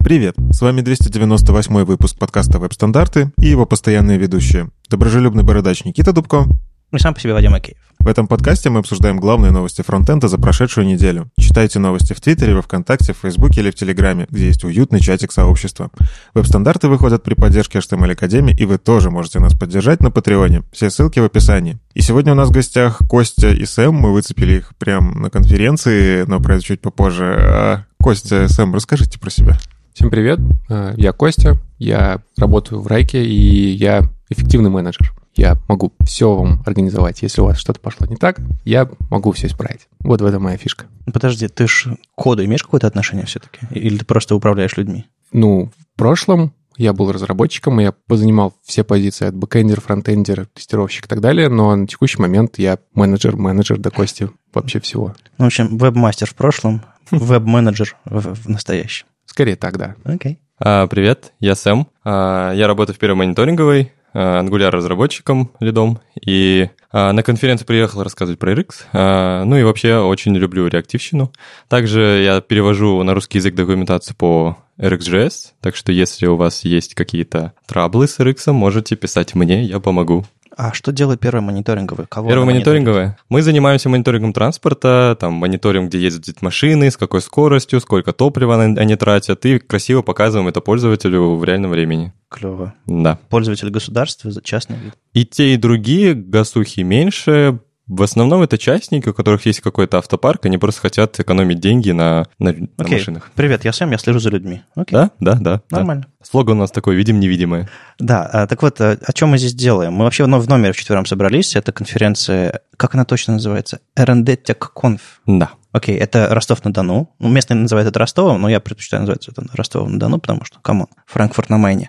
Привет, с вами 298 выпуск подкаста «Веб-стандарты» и его постоянные ведущие. Доброжелюбный бородач Никита Дубко. И сам по себе Вадим Акеев. В этом подкасте мы обсуждаем главные новости фронтенда за прошедшую неделю. Читайте новости в Твиттере, во Вконтакте, в Фейсбуке или в Телеграме, где есть уютный чатик сообщества. Веб-стандарты выходят при поддержке HTML Академии, и вы тоже можете нас поддержать на Патреоне. Все ссылки в описании. И сегодня у нас в гостях Костя и Сэм. Мы выцепили их прямо на конференции, но про это чуть попозже. Костя, Сэм, расскажите про себя. Всем привет, я Костя, я работаю в Райке, и я эффективный менеджер. Я могу все вам организовать. Если у вас что-то пошло не так, я могу все исправить. Вот в этом моя фишка. Подожди, ты ж к коду имеешь какое-то отношение все-таки? Или ты просто управляешь людьми? В прошлом я был разработчиком, и я позанимал все позиции от бэкэндер, фронтендер, тестировщик и так далее, но на текущий момент я менеджер до Кости вообще всего. В общем, веб-мастер в прошлом, веб-менеджер в настоящем. Скорее так, да. Окей. Привет, я Сэм. Я работаю в первой мониторинговой, Angular-разработчиком, лидом, и на конференцию приехал рассказывать про RX, и вообще очень люблю реактивщину. Также я перевожу на русский язык документацию по RxJS, так что если у вас есть какие-то траблы с RX, можете писать мне, я помогу. А что делает первая мониторинговая? Первая мониторинговая? Мы занимаемся мониторингом транспорта, там мониторим, где ездят машины, с какой скоростью, сколько топлива они тратят, и красиво показываем это пользователю в реальном времени. Клево. Да. Пользователь государства, частный вид. И те, и другие, гасухи меньше. В основном это частники, у которых есть какой-то автопарк, они просто хотят экономить деньги на машинах. Привет, я Сэм, я слежу за людьми. Окей. Да. Нормально. Да. Слоган у нас такой «Видим-невидимое». Да, так вот, о чем мы здесь делаем? Мы вообще в номере вчетвером собрались, это конференция, как она точно называется? R&D Tech Conf. Да. Окей, это Ростов-на-Дону. Местные называют это Ростовом, но я предпочитаю называть это Ростовом-на-Дону, потому что, камон, Франкфурт на Майне.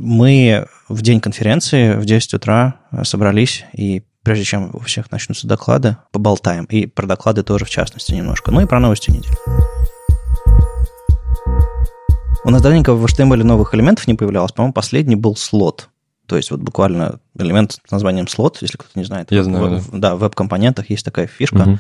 Мы в день конференции в 10 утра собрались, и прежде чем у всех начнутся доклады, поболтаем. И про доклады тоже, в частности, немножко. И про новости недели. У нас давненько в HTML новых элементов не появлялось. По-моему, последний был слот. То есть вот буквально элемент с названием слот, если кто-то не знает. Я знаю, да. В веб-компонентах есть такая фишка.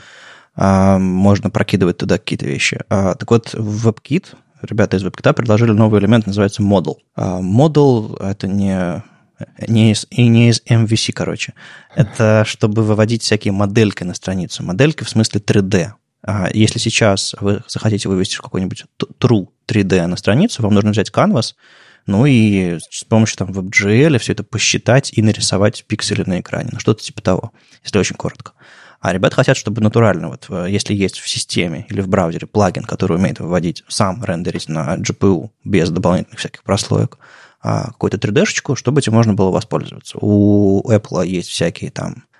Можно прокидывать туда какие-то вещи. Так вот, в WebKit, ребята из WebKit предложили новый элемент, называется Model. Model — это не из MVC, короче. Это чтобы выводить всякие модельки на страницу. Модельки в смысле 3D. Если сейчас вы захотите вывести какой-нибудь true 3D на страницу, вам нужно взять Canvas, и с помощью WebGL все это посчитать и нарисовать пиксели на экране. Что-то типа того, если очень коротко. А ребята хотят, чтобы натурально, если есть в системе или в браузере плагин, который умеет выводить сам рендерить на GPU без дополнительных всяких прослоек, какую-то 3D-шечку, чтобы этим можно было воспользоваться. У Apple есть всякие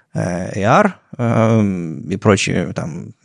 AR и прочие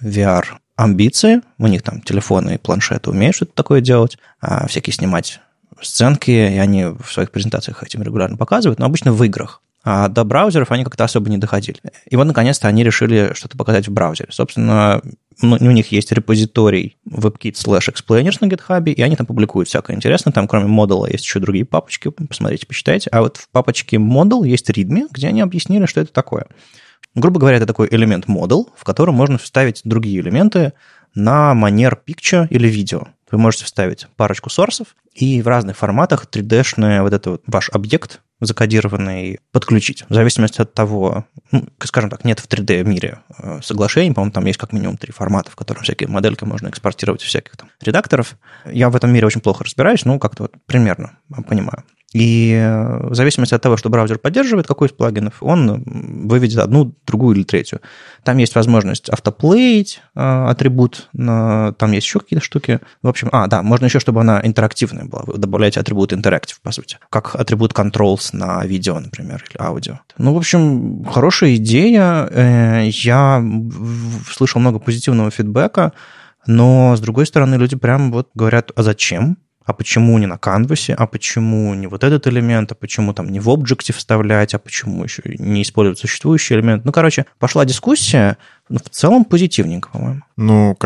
VR-амбиции. У них телефоны и планшеты умеют что-то такое делать, всякие снимать сценки, и они в своих презентациях этим регулярно показывают, но обычно в играх. А до браузеров они как-то особо не доходили. И вот, наконец-то, они решили что-то показать в браузере. Собственно, у них есть репозиторий WebKit/Explainers на GitHub, и они там публикуют всякое интересное. Там, кроме модула, есть еще другие папочки. Посмотрите, почитайте. А вот в папочке Model есть README, где они объяснили, что это такое. Грубо говоря, это такой элемент Model, в котором можно вставить другие элементы на манер picture или видео. Вы можете вставить парочку сорсов и в разных форматах 3D-шный ваш объект закодированный подключить. В зависимости от того, скажем так, нет в 3D-мире соглашений, по-моему, там есть как минимум 3 формата, в котором всякие модельки можно экспортировать из всяких редакторов. Я в этом мире очень плохо разбираюсь, как-то примерно понимаю. И в зависимости от того, что браузер поддерживает, какой из плагинов, он выведет одну, другую или третью. Там есть возможность автоплеить атрибут, там есть еще какие-то штуки. В общем, можно еще, чтобы она интерактивная была. Вы добавляете атрибут interactive, по сути. Как атрибут controls на видео, например, или аудио. В общем, хорошая идея. Я слышал много позитивного фидбэка, но, с другой стороны, люди прям говорят, а зачем? А почему не на канвасе, а почему не вот этот элемент, а почему не в Objective вставлять, а почему еще не использовать существующий элемент. Пошла дискуссия, но в целом позитивненько, по-моему. Кажется,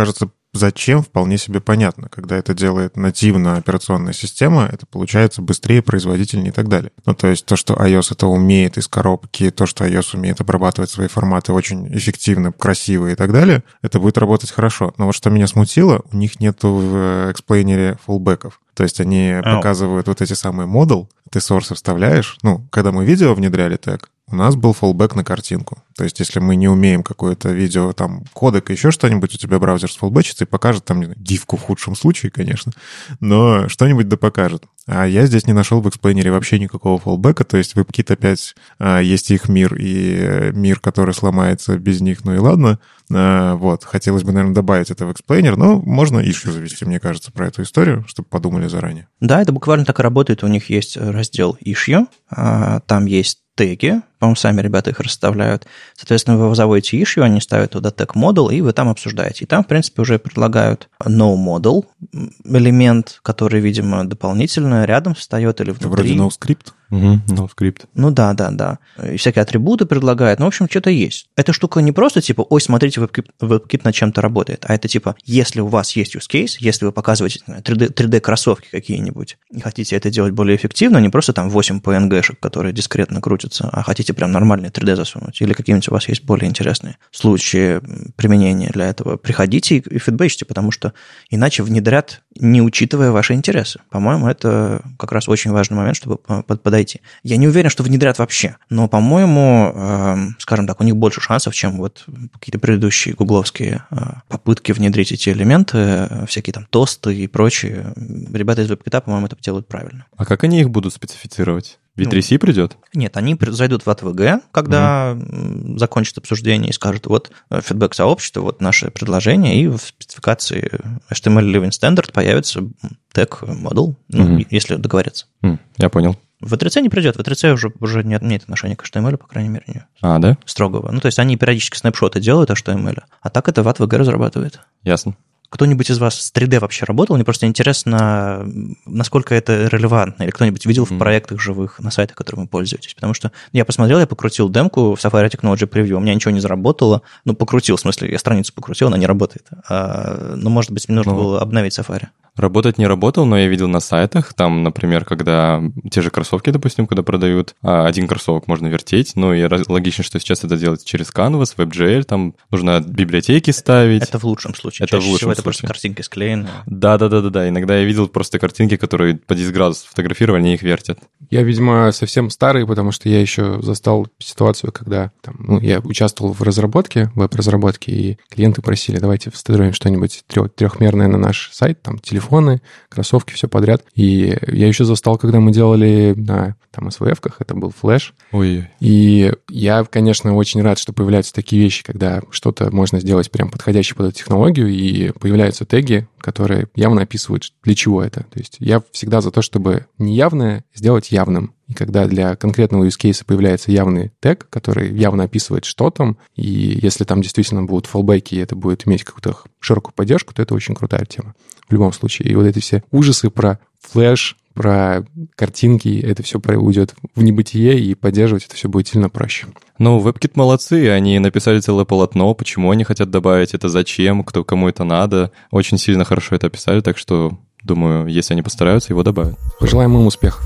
зачем, вполне себе понятно. Когда это делает нативно операционная система, это получается быстрее, производительнее и так далее. Ну, то есть то, что iOS это умеет из коробки, то, что iOS умеет обрабатывать свои форматы очень эффективно, красиво и так далее, это будет работать хорошо. Но вот что меня смутило, у них нету в эксплейнере фоллбеков. То есть они показывают вот эти самые модул, ты сорсы вставляешь. Ну, когда мы видео внедряли тег, у нас был фоллбэк на картинку. То есть если мы не умеем какое-то видео, там, кодек, еще что-нибудь, у тебя браузер сфоллбэчится и покажет там, не знаю, гифку в худшем случае, конечно, но что-нибудь да покажет. А я здесь не нашел в эксплейнере вообще никакого фоллбэка, то есть WebKit опять есть их мир и мир, который сломается без них, ну и ладно. Вот, хотелось бы, наверное, добавить это в эксплейнер, но можно issue завести, мне кажется, про эту историю, чтобы подумали заранее. Да, это буквально так и работает. У них есть раздел issue, там есть теги, по-моему, сами ребята их расставляют. Соответственно, вы заводите issue, они ставят туда тег model, и вы там обсуждаете. И там, в принципе, уже предлагают no-model элемент, который, видимо, дополнительно рядом встает или внутри. Вроде no-script. NoScript. Ну да. И всякие атрибуты предлагают. Ну, в общем, что-то есть. Эта штука не просто типа, ой, смотрите, WebKit над чем-то работает, а это типа, если у вас есть use case, если вы показываете 3D-кроссовки какие-нибудь, и хотите это делать более эффективно, не просто там 8 PNG-шек, которые дискретно крутятся, а хотите прям нормальный 3D засунуть, или какие-нибудь у вас есть более интересные случаи применения для этого, приходите и фидбэчите, потому что иначе внедрят, не учитывая ваши интересы. По-моему, это как раз очень важный момент, чтобы подойти. Я не уверен, что внедрят вообще, но, по-моему, скажем так, у них больше шансов, чем вот какие-то предыдущие гугловские попытки внедрить эти элементы, всякие там тосты и прочие. Ребята из WebKit, по-моему, это делают правильно. А как они их будут специфицировать? V3C придет? Нет, они зайдут в ATVG, когда закончат обсуждение и скажут, вот фидбэк сообщества, вот наше предложение, и в спецификации HTML Living Standard появится тег model, если договорятся. Я понял. В V3C не придет, в V3C уже не имеет отношения к HTML, по крайней мере, нет. Да? Строгого. Ну, то есть они периодически снапшоты делают HTML, а так это в ATVG разрабатывает. Ясно. Кто-нибудь из вас с 3D вообще работал? Мне просто интересно, насколько это релевантно. Или кто-нибудь видел в проектах живых на сайтах, которыми вы пользуетесь? Потому что я посмотрел, я покрутил демку в Safari Technology Preview, у меня ничего не заработало. Ну, покрутил, в смысле, я страницу покрутил, она не работает. Но, может быть, мне нужно было обновить Safari. Работать не работал, но я видел на сайтах, там, например, когда те же кроссовки, допустим, когда продают, один кроссовок можно вертеть, ну и логично, что сейчас это делать через Canvas, WebGL, там нужно библиотеки ставить. Это в лучшем случае. Это в лучшем случае. Это просто картинки склеены. Да. Иногда я видел просто картинки, которые по 10 градусов фотографировали, они их вертят. Я, видимо, совсем старый, потому что я еще застал ситуацию, когда я участвовал в разработке, веб-разработке, и клиенты просили, давайте встроим что-нибудь трехмерное на наш сайт, там, телефоны, кроссовки, все подряд. И я еще застал, когда мы делали на SVF-ках, это был флэш. Ой. И я, конечно, очень рад, что появляются такие вещи, когда что-то можно сделать прям подходящее под эту технологию, и появляются теги, которые явно описывают, для чего это. То есть я всегда за то, чтобы неявное сделать явным. И когда для конкретного use case появляется явный тег, который явно описывает, что там, и если там действительно будут фоллбеки, и это будет иметь какую-то широкую поддержку, то это очень крутая тема в любом случае. И вот эти все ужасы про флэш, про картинки, это все уйдет в небытие, и поддерживать это все будет сильно проще. Ну, WebKit молодцы, они написали целое полотно, почему они хотят добавить это, зачем, кому это надо. Очень сильно хорошо это описали, так что, думаю, если они постараются, его добавят. Пожелаем им успехов.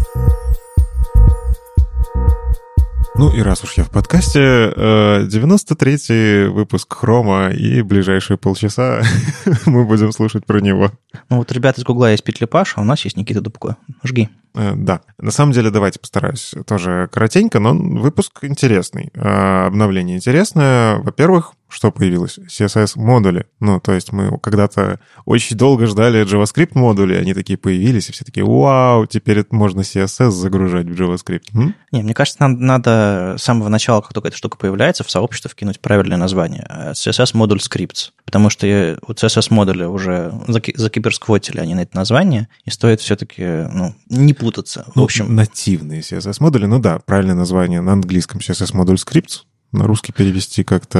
Ну и раз уж я в подкасте, 93-й выпуск Хрома, и ближайшие полчаса мы будем слушать про него. Ну вот ребята из Гугла есть Петля Паш, а у нас есть Никита Дубко. Жги. Да. На самом деле, давайте постараюсь тоже коротенько, но выпуск интересный. Обновление интересное. Во-первых, что появилось? CSS-модули. Ну, то есть мы когда-то очень долго ждали JavaScript-модули, они такие появились, и все такие, вау, теперь можно CSS загружать в JavaScript. Не, мне кажется, надо с самого начала, как только эта штука появляется, в сообщество вкинуть правильное название. CSS-модуль Scripts. Потому что у CSS-модуля уже закиберсквотили они на это название, и стоит все-таки не путаться. В общем, нативные CSS-модули, правильное название на английском CSS-модуль Scripts, на русский перевести как-то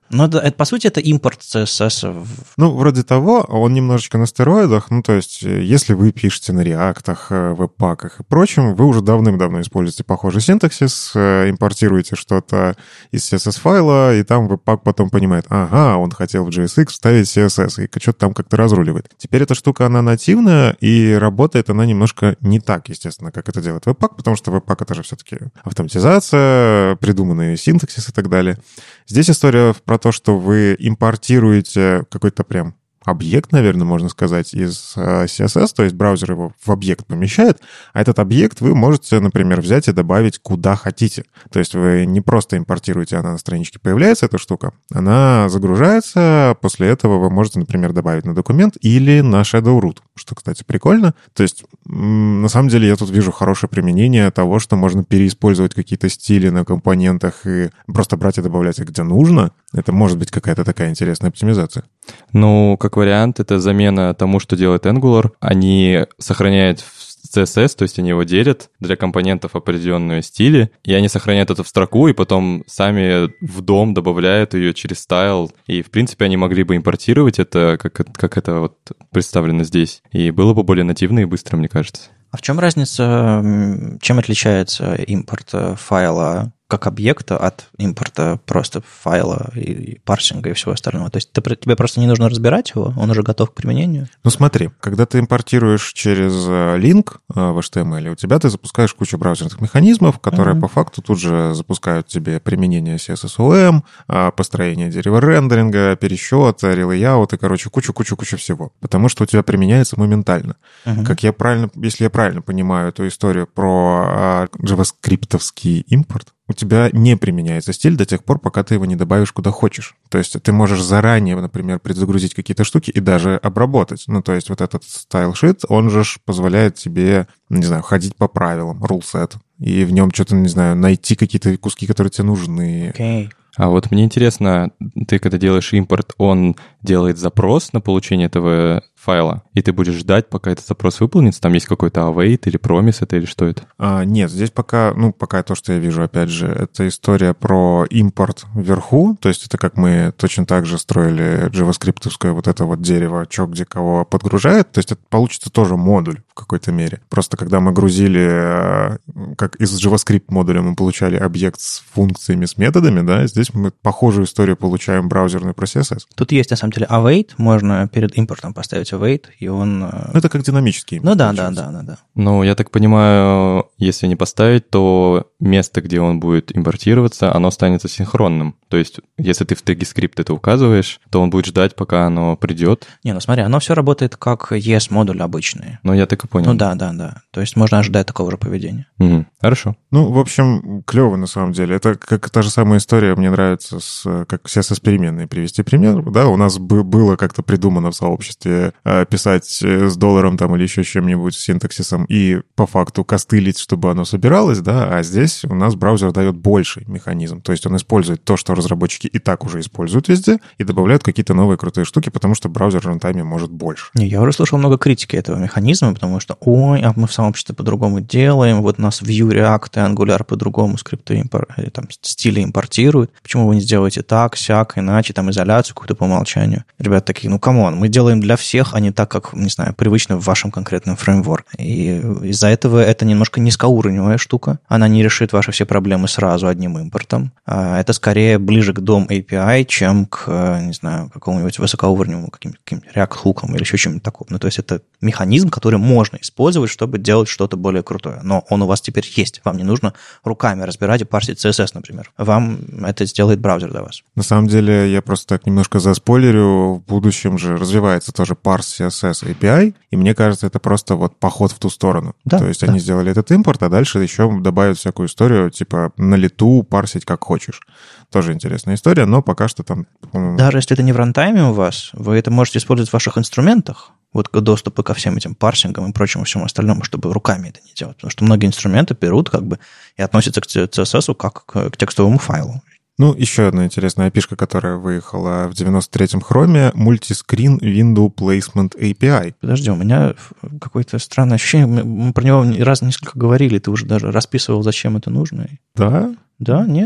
Ну, это, по сути, это импорт CSS. Ну, вроде того, он немножечко на стероидах. Ну, то есть, если вы пишете на реактах, веб-паках и прочем, вы уже давным-давно используете похожий синтаксис, импортируете что-то из CSS-файла, и там веб-пак потом понимает, ага, он хотел в JSX вставить CSS, и что-то там как-то разруливает. Теперь эта штука, она нативная, и работает она немножко не так, естественно, как это делает веб-пак, потому что веб-пак — это же все-таки автоматизация, придуманный синтаксис и так далее. Здесь история про то, что вы импортируете какой-то прям объект, наверное, можно сказать, из CSS, то есть браузер его в объект помещает, а этот объект вы можете, например, взять и добавить куда хотите. То есть вы не просто импортируете, она на страничке появляется, эта штука, она загружается, после этого вы можете, например, добавить на документ или на Shadow Root, что, кстати, прикольно. То есть, на самом деле, я тут вижу хорошее применение того, что можно переиспользовать какие-то стили на компонентах и просто брать и добавлять их где нужно. Это может быть какая-то такая интересная оптимизация. Ну, как вариант, это замена тому, что делает Angular. Они сохраняют в CSS, то есть они его делят для компонентов определенные стили, и они сохраняют это в строку, и потом сами в дом добавляют ее через стайл. И, в принципе, они могли бы импортировать это, как это вот представлено здесь. И было бы более нативно и быстро, мне кажется. А в чем разница, чем отличается импорт файла как объекта от импорта просто файла и парсинга и всего остального? То есть тебе просто не нужно разбирать его, он уже готов к применению? Ну смотри, когда ты импортируешь через link в HTML, у тебя ты запускаешь кучу браузерных механизмов, которые по факту тут же запускают тебе применение CSS-OM, построение дерева рендеринга, пересчет, релейаут и, короче, кучу-кучу-кучу всего. Потому что у тебя применяется моментально. Как я правильно, если я правильно понимаю эту историю про JavaScript-овский импорт, у тебя не применяется стиль до тех пор, пока ты его не добавишь куда хочешь. То есть ты можешь заранее, например, предзагрузить какие-то штуки и даже обработать. Ну, то есть вот этот style-sheet, он же позволяет тебе, не знаю, ходить по правилам, rule set, и в нем что-то, не знаю, найти какие-то куски, которые тебе нужны. Okay. А вот мне интересно, ты когда делаешь импорт, он делает запрос на получение этого файла, и ты будешь ждать, пока этот запрос выполнится? Там есть какой-то await или promise это, или что это? Нет, здесь пока то, что я вижу, опять же, это история про импорт вверху, то есть это как мы точно так же строили JavaScript-овское вот это вот дерево, что где кого подгружает, то есть это получится тоже модуль в какой-то мере. Просто когда мы грузили, как из JavaScript модуля мы получали объект с функциями, с методами, да, здесь мы похожую историю получаем браузерный про CSS. Тут есть, на самом деле, await, можно перед импортом поставить await, и он... Это как динамический импорт. Ну да. Ну, я так понимаю, если не поставить, то место, где он будет импортироваться, оно останется синхронным. То есть, если ты в теге скрипт это указываешь, то он будет ждать, пока оно придет. Не, ну смотри, оно все работает как ES-модуль обычный. Ну, я так и понял. Ну да. То есть можно ожидать такого же поведения. Угу. Хорошо. Ну, в общем, клево на самом деле. Это как та же самая история, мне нравится, как CSS-переменные привести пример. Да, у нас было как-то придумано в сообществе писать с долларом там или еще чем-нибудь, с синтаксисом, и по факту костылить, чтобы оно собиралось, да, а здесь у нас браузер дает больший механизм. То есть он использует то, что разработчики и так уже используют везде, и добавляют какие-то новые крутые штуки, потому что браузер в рантайме может больше. Не, я уже слышал много критики этого механизма, потому что, а мы в сообществе по-другому делаем, вот у нас Vue, React и Angular по-другому скрипты там, стили импортируют. Почему вы не сделаете так, сяк, иначе, там, изоляцию какую-то по умолчанию? Ребята такие, камон, мы делаем для всех, а не так, как, не знаю, привычно в вашем конкретном фреймворке. И из-за этого это немножко низкоуровневая штука. Она не решит ваши все проблемы сразу одним импортом. Это скорее ближе к DOM API, чем к, не знаю, какому-нибудь высокоуровневому каким-нибудь React-хукам или еще чем-нибудь такому. Ну, то есть это механизм, который можно использовать, чтобы делать что-то более крутое. Но он у вас теперь есть. Вам не нужно руками разбирать и парсить CSS, например. Вам это сделает браузер для вас. На самом деле, я просто так немножко заспойлерю. В будущем же развивается тоже parse CSS API, и мне кажется, это просто вот поход в ту сторону. Да, то есть они сделали этот импорт, а дальше еще добавят всякую историю, типа на лету парсить как хочешь. Тоже интересная история, но пока что там, по-моему... Даже если это не в рантайме у вас, вы это можете использовать в ваших инструментах, вот доступы ко всем этим парсингам и прочему всему остальному, чтобы руками это не делать. Потому что многие инструменты берут и относятся к CSS как к текстовому файлу. Ну, еще одна интересная API-шка, которая выехала в 93-м хроме, Multiscreen Window Placement API. Подожди, у меня какое-то странное ощущение, мы про него раз несколько говорили, ты уже даже расписывал, зачем это нужно. Да? Да, нет?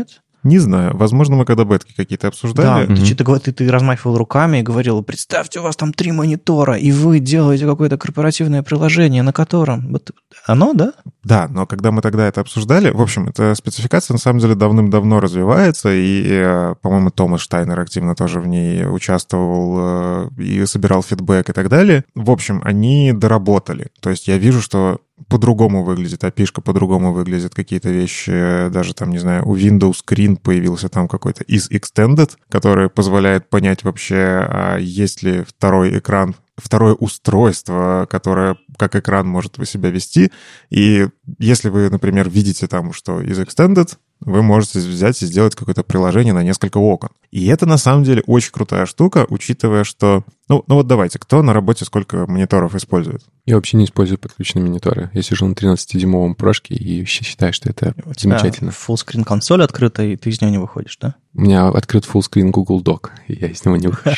Не знаю. Возможно, мы когда бетки какие-то обсуждали. Да, ты размахивал руками и говорил, представьте, у вас там 3 монитора, и вы делаете какое-то корпоративное приложение, на котором... Вот оно, да? Да, но когда мы тогда это обсуждали, в общем, эта спецификация на самом деле давным-давно развивается, и, по-моему, Томас Штайнер активно тоже в ней участвовал и собирал фидбэк и так далее. В общем, они доработали. То есть я вижу, что по-другому выглядит API-шка, по-другому выглядят какие-то вещи, даже там, не знаю, у Windows Screen появился там какой-то is extended, который позволяет понять вообще, есть ли второй экран, второе устройство, которое как экран может себя вести. И если вы, например, видите там, что is extended, вы можете взять и сделать какое-то приложение на несколько окон. И это, на самом деле, очень крутая штука, учитывая, что... Ну вот давайте, кто на работе сколько мониторов использует? Я вообще не использую подключенные мониторы. Я сижу на 13-дюймовом прошке и считаю, что это замечательно. Фуллскрин консоль открыта, и ты из нее не выходишь, да? У меня открыт фуллскрин Google Doc, и я из него не выхожу.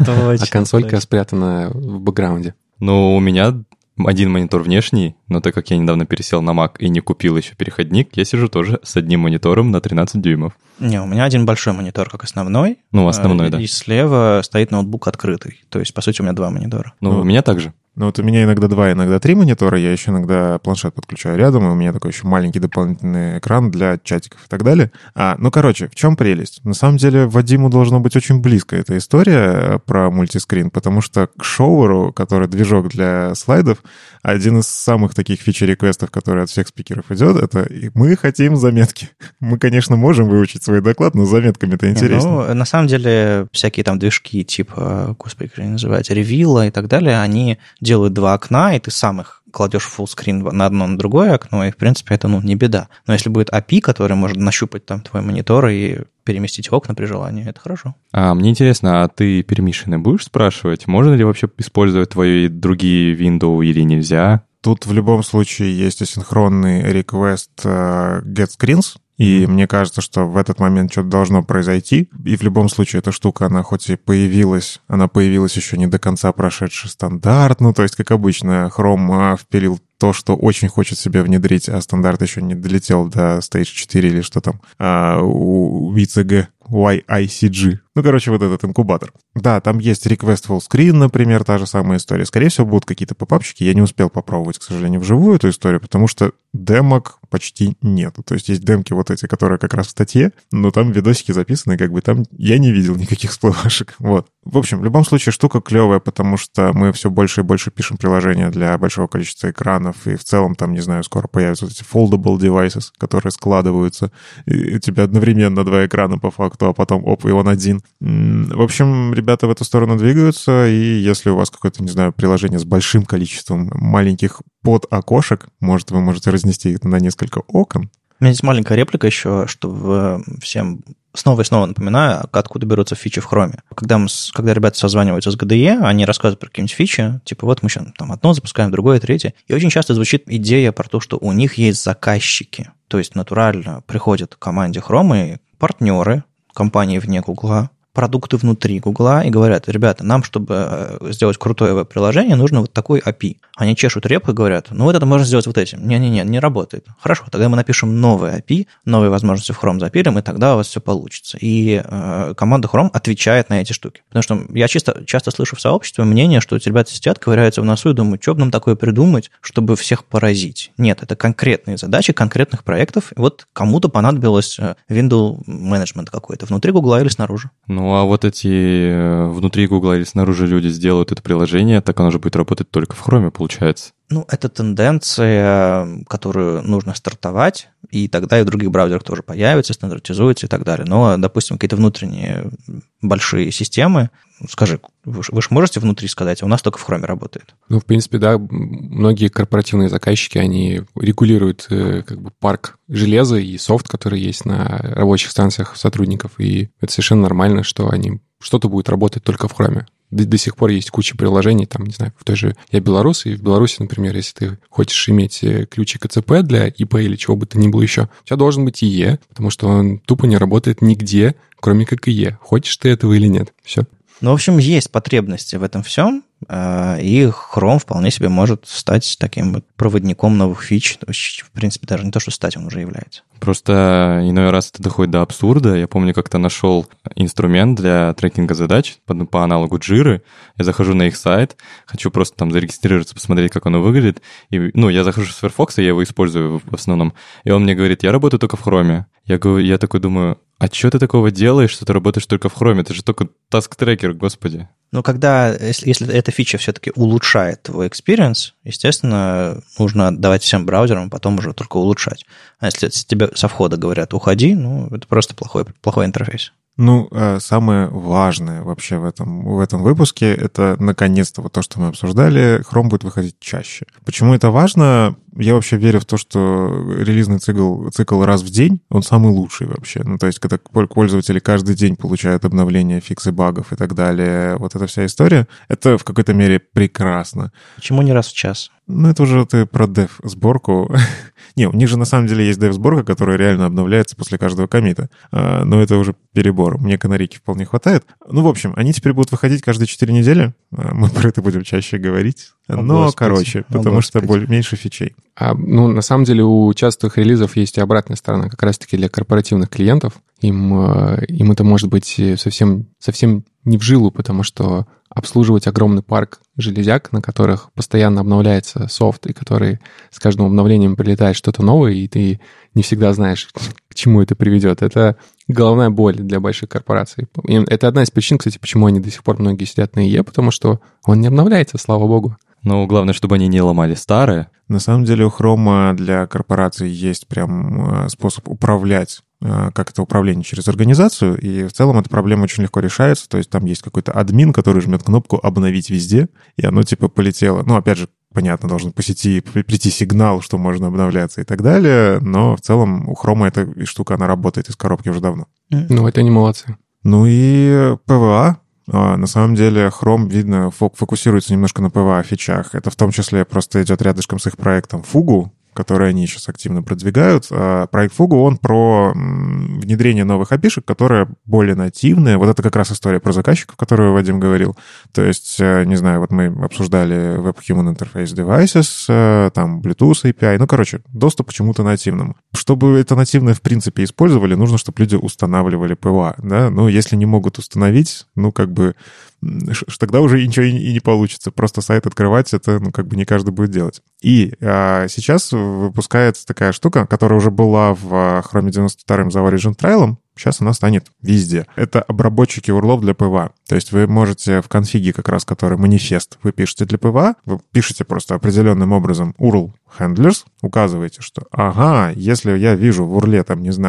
А консолька спрятана в бэкграунде. Ну, у меня один монитор внешний, но так как я недавно пересел на Mac и не купил еще переходник, я сижу тоже с одним монитором на 13 дюймов. Не, у меня один большой монитор, как основной. Ну, основной, да. И слева стоит ноутбук открытый. То есть, по сути, у меня 2 монитора. Ну, у меня также. Ну, вот у меня иногда 2, иногда 3 монитора, я еще иногда планшет подключаю рядом, и у меня такой еще маленький дополнительный экран для чатиков и так далее. Короче, в чем прелесть? На самом деле, Вадиму должно быть очень близко эта история про мультискрин, потому что к Shower, который движок для слайдов, один из самых таких фичер-реквестов, который от всех спикеров идет, это мы хотим заметки. Мы, конечно, можем выучить свой доклад, но заметками это интересно. Ну, на самом деле, всякие там движки типа, господи, как они называются, Reveal и так далее, они делают 2 окна, и ты сам их кладешь в фуллскрин на одно, на другое окно, и, в принципе, это, не беда. Но если будет API, который может нащупать там твой монитор и переместить окна при желании, это хорошо. Мне интересно, а ты пермишины будешь спрашивать? Можно ли вообще использовать твои другие Windows или нельзя? Тут в любом случае есть асинхронный request getScreens, и мне кажется, что в этот момент что-то должно произойти. И в любом случае эта штука, она хоть и появилась, она появилась еще не до конца прошедший стандарт. Ну, то есть, как обычно, Chrome впилил то, что очень хочет себе внедрить, а стандарт еще не долетел до Stage 4 или что там, у VCG, YICG. Ну, короче, вот этот инкубатор. Да, там есть Request Full Screen, например, та же самая история. Скорее всего, будут какие-то попапчики. Я не успел попробовать, к сожалению, вживую эту историю, потому что демок почти нету. То есть есть демки вот эти, которые как раз в статье, но там видосики записаны, как бы там я не видел никаких всплывашек. Вот. В общем, в любом случае штука клевая, потому что мы все больше и больше пишем приложения для большого количества экранов, и в целом там, не знаю, скоро появятся вот эти foldable devices, которые складываются, и у тебя одновременно 2 экрана по факту, а потом оп, и он один. В общем, ребята в эту сторону двигаются, и если у вас какое-то, не знаю, приложение с большим количеством маленьких под-окошек, может, вы можете разнести их на несколько окон. У меня здесь маленькая реплика еще, что всем снова и снова напоминаю, откуда берутся фичи в Chrome. Когда ребята созваниваются с GDE, они рассказывают про какие-нибудь фичи, типа вот мы сейчас там одно запускаем, другое, третье. И очень часто звучит идея про то, что у них есть заказчики. То есть натурально приходят к команде Chrome и партнеры, компании вне Гугла, продукты внутри Гугла и говорят, ребята, нам, чтобы сделать крутое веб-приложение, нужно вот такой API. Они чешут репу и говорят, ну вот это можно сделать вот этим. Не работает. Хорошо, тогда мы напишем новый API, новые возможности в Chrome запилим, и тогда у вас все получится. И команда Chrome отвечает на эти штуки. Потому что я часто слышу в сообществе мнение, что эти ребята сидят, ковыряются в носу и думают, что бы нам такое придумать, чтобы всех поразить. Нет, это конкретные задачи конкретных проектов. И вот кому-то понадобилось window management какой-то внутри Гугла или снаружи. Ну, а вот эти внутри Гугла или снаружи люди сделают это приложение, так оно же будет работать только в Chrome, получается. Ну, это тенденция, которую нужно стартовать, и тогда и в других браузерах тоже появится, стандартизуется и так далее. Но, допустим, какие-то внутренние большие системы, скажи, вы же можете внутри сказать, а у нас только в Chrome работает? Ну, в принципе, да, многие корпоративные заказчики, они регулируют как бы парк железа и софт, который есть на рабочих станциях сотрудников, и это совершенно нормально, что что-то будет работать только в Chrome. До сих пор есть куча приложений, там, не знаю, в той же... Я белорус, и в Беларуси, например, если ты хочешь иметь ключик КЦП для ИП или чего бы то ни было еще, у тебя должен быть ИЕ, потому что он тупо не работает нигде, кроме как ИЕ. Хочешь ты этого или нет. Все. Ну, в общем, есть потребности в этом всем, и Chrome вполне себе может стать таким вот проводником новых фич. То есть, в принципе, даже не то, что стать, он уже является. Просто иной раз это доходит до абсурда. Я помню, как-то нашел инструмент для трекинга задач по аналогу Jira. Я захожу на их сайт, хочу просто там зарегистрироваться, посмотреть, как оно выглядит. И, я захожу с Firefox, я его использую в основном. И он мне говорит, я работаю только в Chrome. Я такой думаю, а что ты такого делаешь, что ты работаешь только в Chrome? Это же только task-трекер, господи. Но если эта фича все-таки улучшает твой experience, естественно, нужно отдавать всем браузерам, потом уже только улучшать. А если тебе со входа говорят «уходи», это просто плохой интерфейс. Самое важное вообще в этом выпуске — это, наконец-то, вот то, что мы обсуждали, Chrome будет выходить чаще. Почему это важно? Я вообще верю в то, что релизный цикл раз в день, он самый лучший вообще. То есть, когда пользователи каждый день получают обновления, фиксы багов и так далее, вот эта вся история, это в какой-то мере прекрасно. Почему не раз в час? Это уже ты про дев-сборку. Не, у них же на самом деле есть дев-сборка, которая реально обновляется после каждого коммита. Но это уже перебор. Мне канарейки вполне хватает. В общем, они теперь будут выходить каждые 4 недели. Мы про это будем чаще говорить. Потому что меньше фичей. На самом деле у частых релизов есть и обратная сторона, как раз-таки для корпоративных клиентов. Им это может быть совсем не в жилу, потому что обслуживать огромный парк железяк, на которых постоянно обновляется софт, и который с каждым обновлением прилетает что-то новое, и ты не всегда знаешь, к чему это приведет. Это головная боль для больших корпораций. И это одна из причин, кстати, почему они до сих пор многие сидят на IE, потому что он не обновляется, слава богу. Но главное, чтобы они не ломали старое. На самом деле у Chrome для корпораций есть прям способ управлять, как это управление через организацию, и в целом эта проблема очень легко решается, то есть там есть какой-то админ, который жмет кнопку «Обновить везде», и оно полетело. Опять же, понятно, должен по сети прийти сигнал, что можно обновляться и так далее, но в целом у Chrome эта штука, она работает из коробки уже давно. Это они молодцы. И PWA. На самом деле Chrome, видно, фокусируется немножко на PWA-фичах. Это в том числе просто идет рядышком с их проектом Fugu, который они сейчас активно продвигают. Проект Fugu, он про внедрение новых API-шек, которые более нативные. Вот это как раз история про заказчиков, которую Вадим говорил. То есть, не знаю, вот мы обсуждали Web Human Interface Devices, там Bluetooth API, доступ к чему-то нативному. Чтобы это нативное в принципе использовали, нужно, чтобы люди устанавливали PWA, да? Если не могут установить, тогда уже ничего и не получится. Просто сайт открывать, это, не каждый будет делать. И сейчас выпускается такая штука, которая уже была в Chrome 92 за Origin Trial, сейчас она станет везде. Это обработчики URL для PWA. То есть вы можете в конфиге, как раз который манифест, вы пишете для PWA, вы пишете просто определенным образом URL handlers, указываете, что если я вижу в URL,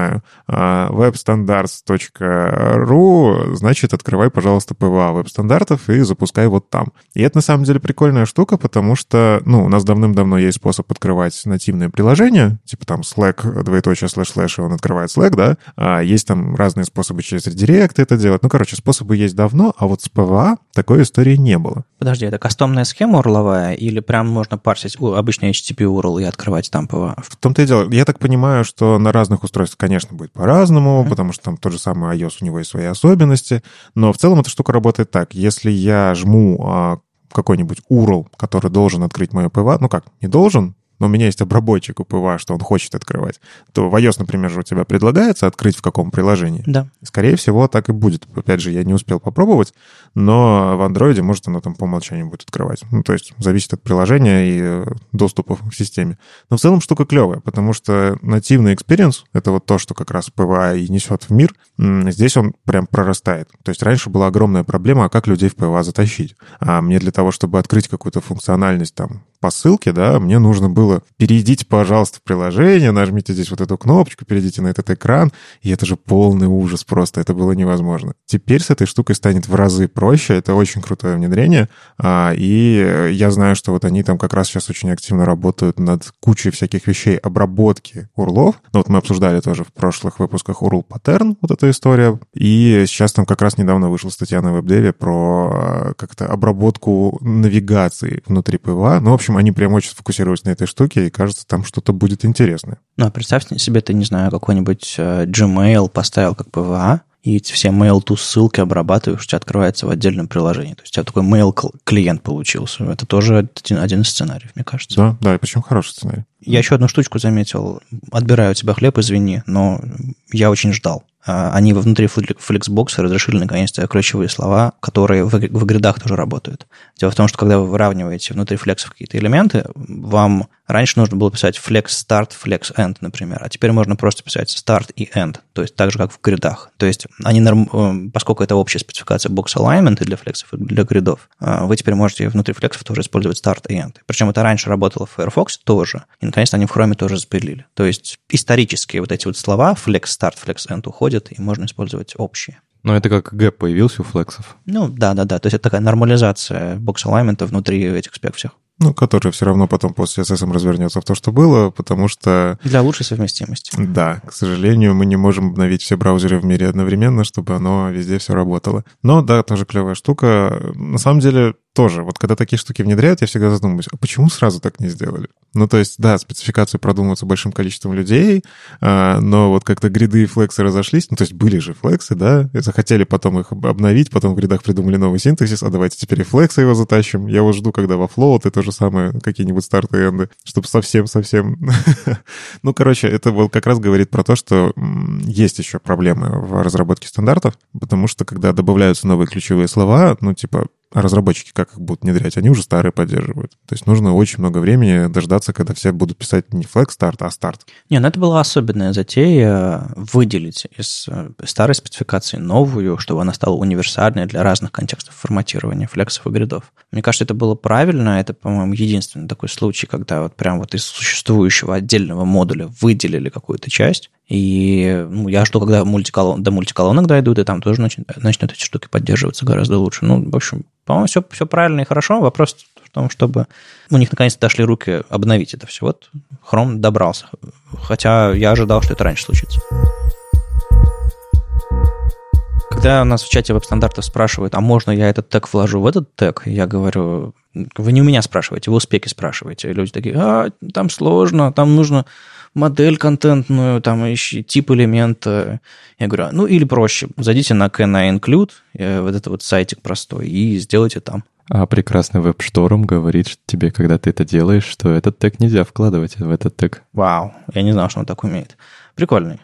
webstandards.ru, значит, открывай, пожалуйста, PWA веб-стандартов и запускай вот там. И это на самом деле прикольная штука, потому что, у нас давным-давно есть способ открывать нативные приложения, типа там Slack, // и он открывает Slack, да, есть там разные способы через редирект это делать. Способы есть давно, а вот с PWA такой истории не было. Подожди, это кастомная схема URL-овая или прям можно парсить обычный HTTP URL и открывать там PWA? В том-то и дело. Я так понимаю, что на разных устройствах, конечно, будет по-разному, потому что там тот же самый iOS, у него есть свои особенности, но в целом эта штука работает так. Если я жму какой-нибудь URL, который должен открыть мое PWA, не должен, но у меня есть обработчик у PWA, что он хочет открывать, то в iOS, например, же у тебя предлагается открыть в каком приложении? Да. Скорее всего, так и будет. Опять же, я не успел попробовать, но в Android, может, оно там по умолчанию будет открывать. То есть зависит от приложения и доступа в системе. Но в целом штука клевая, потому что нативный experience — это вот то, что как раз PWA и несет в мир. Здесь он прям прорастает. То есть раньше была огромная проблема, как людей в PWA затащить. А мне для того, чтобы открыть какую-то функциональность там по ссылке, да, мне нужно было: перейдите, пожалуйста, в приложение, нажмите здесь вот эту кнопочку, перейдите на этот экран, и это же полный ужас просто, это было невозможно. Теперь с этой штукой станет в разы проще, это очень крутое внедрение, и я знаю, что вот они там как раз сейчас очень активно работают над кучей всяких вещей обработки URL-ов. Вот мы обсуждали тоже в прошлых выпусках URL Pattern, вот эта история, и сейчас там как раз недавно вышла статья на WebDev про как-то обработку навигации внутри PWA. В общем, они прям очень сфокусировались на этой штуке, и кажется, там что-то будет интересное. Представь себе, ты, не знаю, какой-нибудь Gmail поставил как PWA, и эти все mail-to ссылки обрабатываешь, у тебя открывается в отдельном приложении. То есть у тебя такой mail-клиент получился. Это тоже один из сценариев, мне кажется. Да, и причем хороший сценарий. Я еще одну штучку заметил. Отбираю у тебя хлеб, извини, но я очень ждал. Они внутри Flexbox разрешили наконец-то ключевые слова, которые в гридах тоже работают. Дело в том, что когда вы выравниваете внутри флексов какие-то элементы, вам раньше нужно было писать flex start, flex end, например, а теперь можно просто писать start и end, то есть так же, как в гридах. То есть они, поскольку это общая спецификация box alignment и для флексов, и для гридов, вы теперь можете внутри флексов тоже использовать start и end. Причем это раньше работало в Firefox тоже, и наконец-то они в Chrome тоже запилили. То есть исторические вот эти вот слова flex start, flex end уходят, и можно использовать общие. Но это как гэп появился у флексов. Ну, да. То есть это такая нормализация бокс-алайнмента внутри этих спек всех. Ну, который все равно потом по CSS развернется в то, что было, потому что... Для лучшей совместимости. Да, к сожалению, мы не можем обновить все браузеры в мире одновременно, чтобы оно везде все работало. Но да, тоже клевая штука. На самом деле, тоже, вот когда такие штуки внедряют, я всегда задумываюсь, а почему сразу так не сделали? Ну, то есть, да, спецификации продумываются большим количеством людей, но вот как-то гриды и флексы разошлись, ну, то есть были же флексы, да, и захотели потом их обновить, потом в гридах придумали новый синтаксис, а давайте теперь и флексы его затащим. Я вот жду, когда во Float и то же самое, какие-нибудь старты и энды, чтобы совсем-совсем... Ну, короче, это вот как раз говорит про то, что есть еще проблемы в разработке стандартов, потому что когда добавляются новые ключевые слова, ну, типа, а разработчики как их будут внедрять? Они уже старые поддерживают. То есть нужно очень много времени дождаться, когда все будут писать не flex start, а старт. Не, ну это была особенная затея выделить из старой спецификации новую, чтобы она стала универсальной для разных контекстов форматирования флексов и гридов. Мне кажется, это было правильно. Это, по-моему, единственный такой случай, когда вот прям вот из существующего отдельного модуля выделили какую-то часть. И я жду, когда до мультиколонок дойдут, и там тоже начнут эти штуки поддерживаться гораздо лучше. Ну, в общем, по-моему, все правильно и хорошо. Вопрос в том, чтобы у них наконец-то дошли руки обновить это все. Вот Chrome добрался. Хотя я ожидал, что это раньше случится. Когда у нас в чате веб-стандартов спрашивают, а можно я этот тег вложу в этот тег, я говорю, вы не у меня спрашиваете, вы у спеки спрашиваете. И люди такие, там сложно, там нужно модель контентную, там еще тип элемента. Я говорю, или проще, зайдите на can I include, вот этот вот сайтик простой, и сделайте там. А прекрасный веб-шторм говорит тебе, когда ты это делаешь, что этот тег нельзя вкладывать в этот тег. Вау, я не знал, что он так умеет. Прикольный.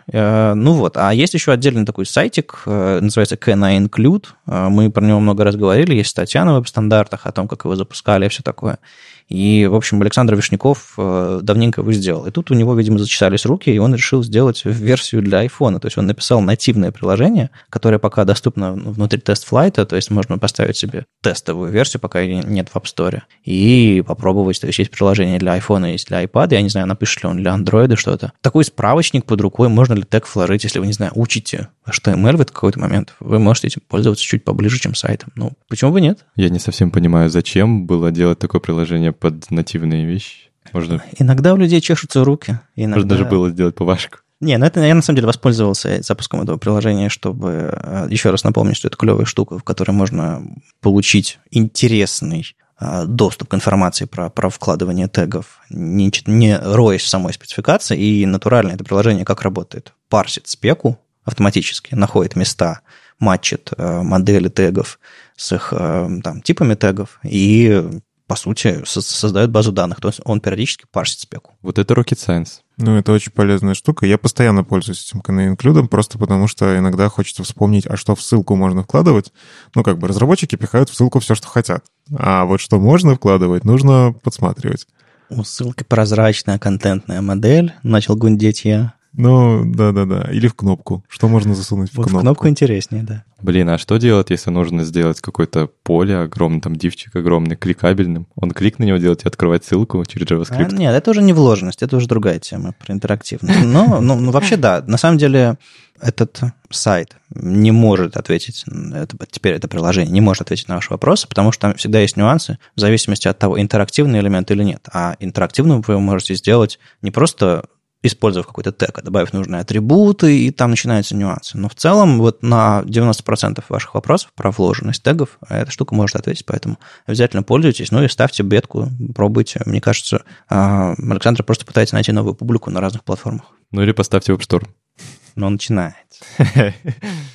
А есть еще отдельный такой сайтик, называется Can I Include. Мы про него много раз говорили, есть статья на веб-стандартах о том, как его запускали и все такое. И, в общем, Александр Вишняков давненько его сделал. И тут у него, видимо, зачесались руки, и он решил сделать версию для iPhone. То есть он написал нативное приложение, которое пока доступно внутри TestFlight, то есть можно поставить себе тестовую версию, пока ее нет в App Store, и попробовать. То есть приложение для iPhone, есть для iPad, я не знаю, напишет ли он для Android что-то. Такой справочник под рукой, можно ли тег вложить, если вы, не знаю, учите HTML в какой-то момент, вы можете этим пользоваться чуть поближе, чем сайтом. Ну, почему бы нет? Я не совсем понимаю, зачем было делать такое приложение под нативные вещи. Иногда у людей чешутся руки. Можно даже было сделать по Вашку. Не, я на самом деле воспользовался запуском этого приложения, чтобы еще раз напомнить, что это клевая штука, в которой можно получить интересный доступ к информации про вкладывание тегов, не роясь в самой спецификации, и натурально это приложение как работает? Парсит спеку автоматически, находит места, матчит модели тегов с их типами тегов и, по сути, создает базу данных. То есть он периодически парсит спеку. Вот это rocket science. Ну, это очень полезная штука. Я постоянно пользуюсь этим Can I Include, просто потому что иногда хочется вспомнить, а что в ссылку можно вкладывать. Ну, разработчики пихают в ссылку все, что хотят. А вот что можно вкладывать, нужно подсматривать. У ссылки прозрачная контентная модель. Начал гундеть я. Ну, да-да-да. Или в кнопку. Что можно засунуть в кнопку? В кнопку интереснее, да. Блин, а что делать, если нужно сделать какое-то поле огромное, там дивчик огромный, кликабельным? Он клик на него делать и открывать ссылку через JavaScript? Нет, это уже не вложенность, это уже другая тема про интерактивность. Но вообще да, на самом деле этот сайт не может ответить, теперь это приложение не может ответить на ваши вопросы, потому что там всегда есть нюансы в зависимости от того, интерактивный элемент или нет. А интерактивным вы можете сделать не просто использовав какой-то тег, добавив нужные атрибуты, и там начинаются нюансы. Но в целом вот на 90% ваших вопросов про вложенность тегов эта штука может ответить, поэтому обязательно пользуйтесь, и ставьте бетку, пробуйте. Мне кажется, Александр просто пытается найти новую публику на разных платформах. Или поставьте веб-шторм. Но он начинает.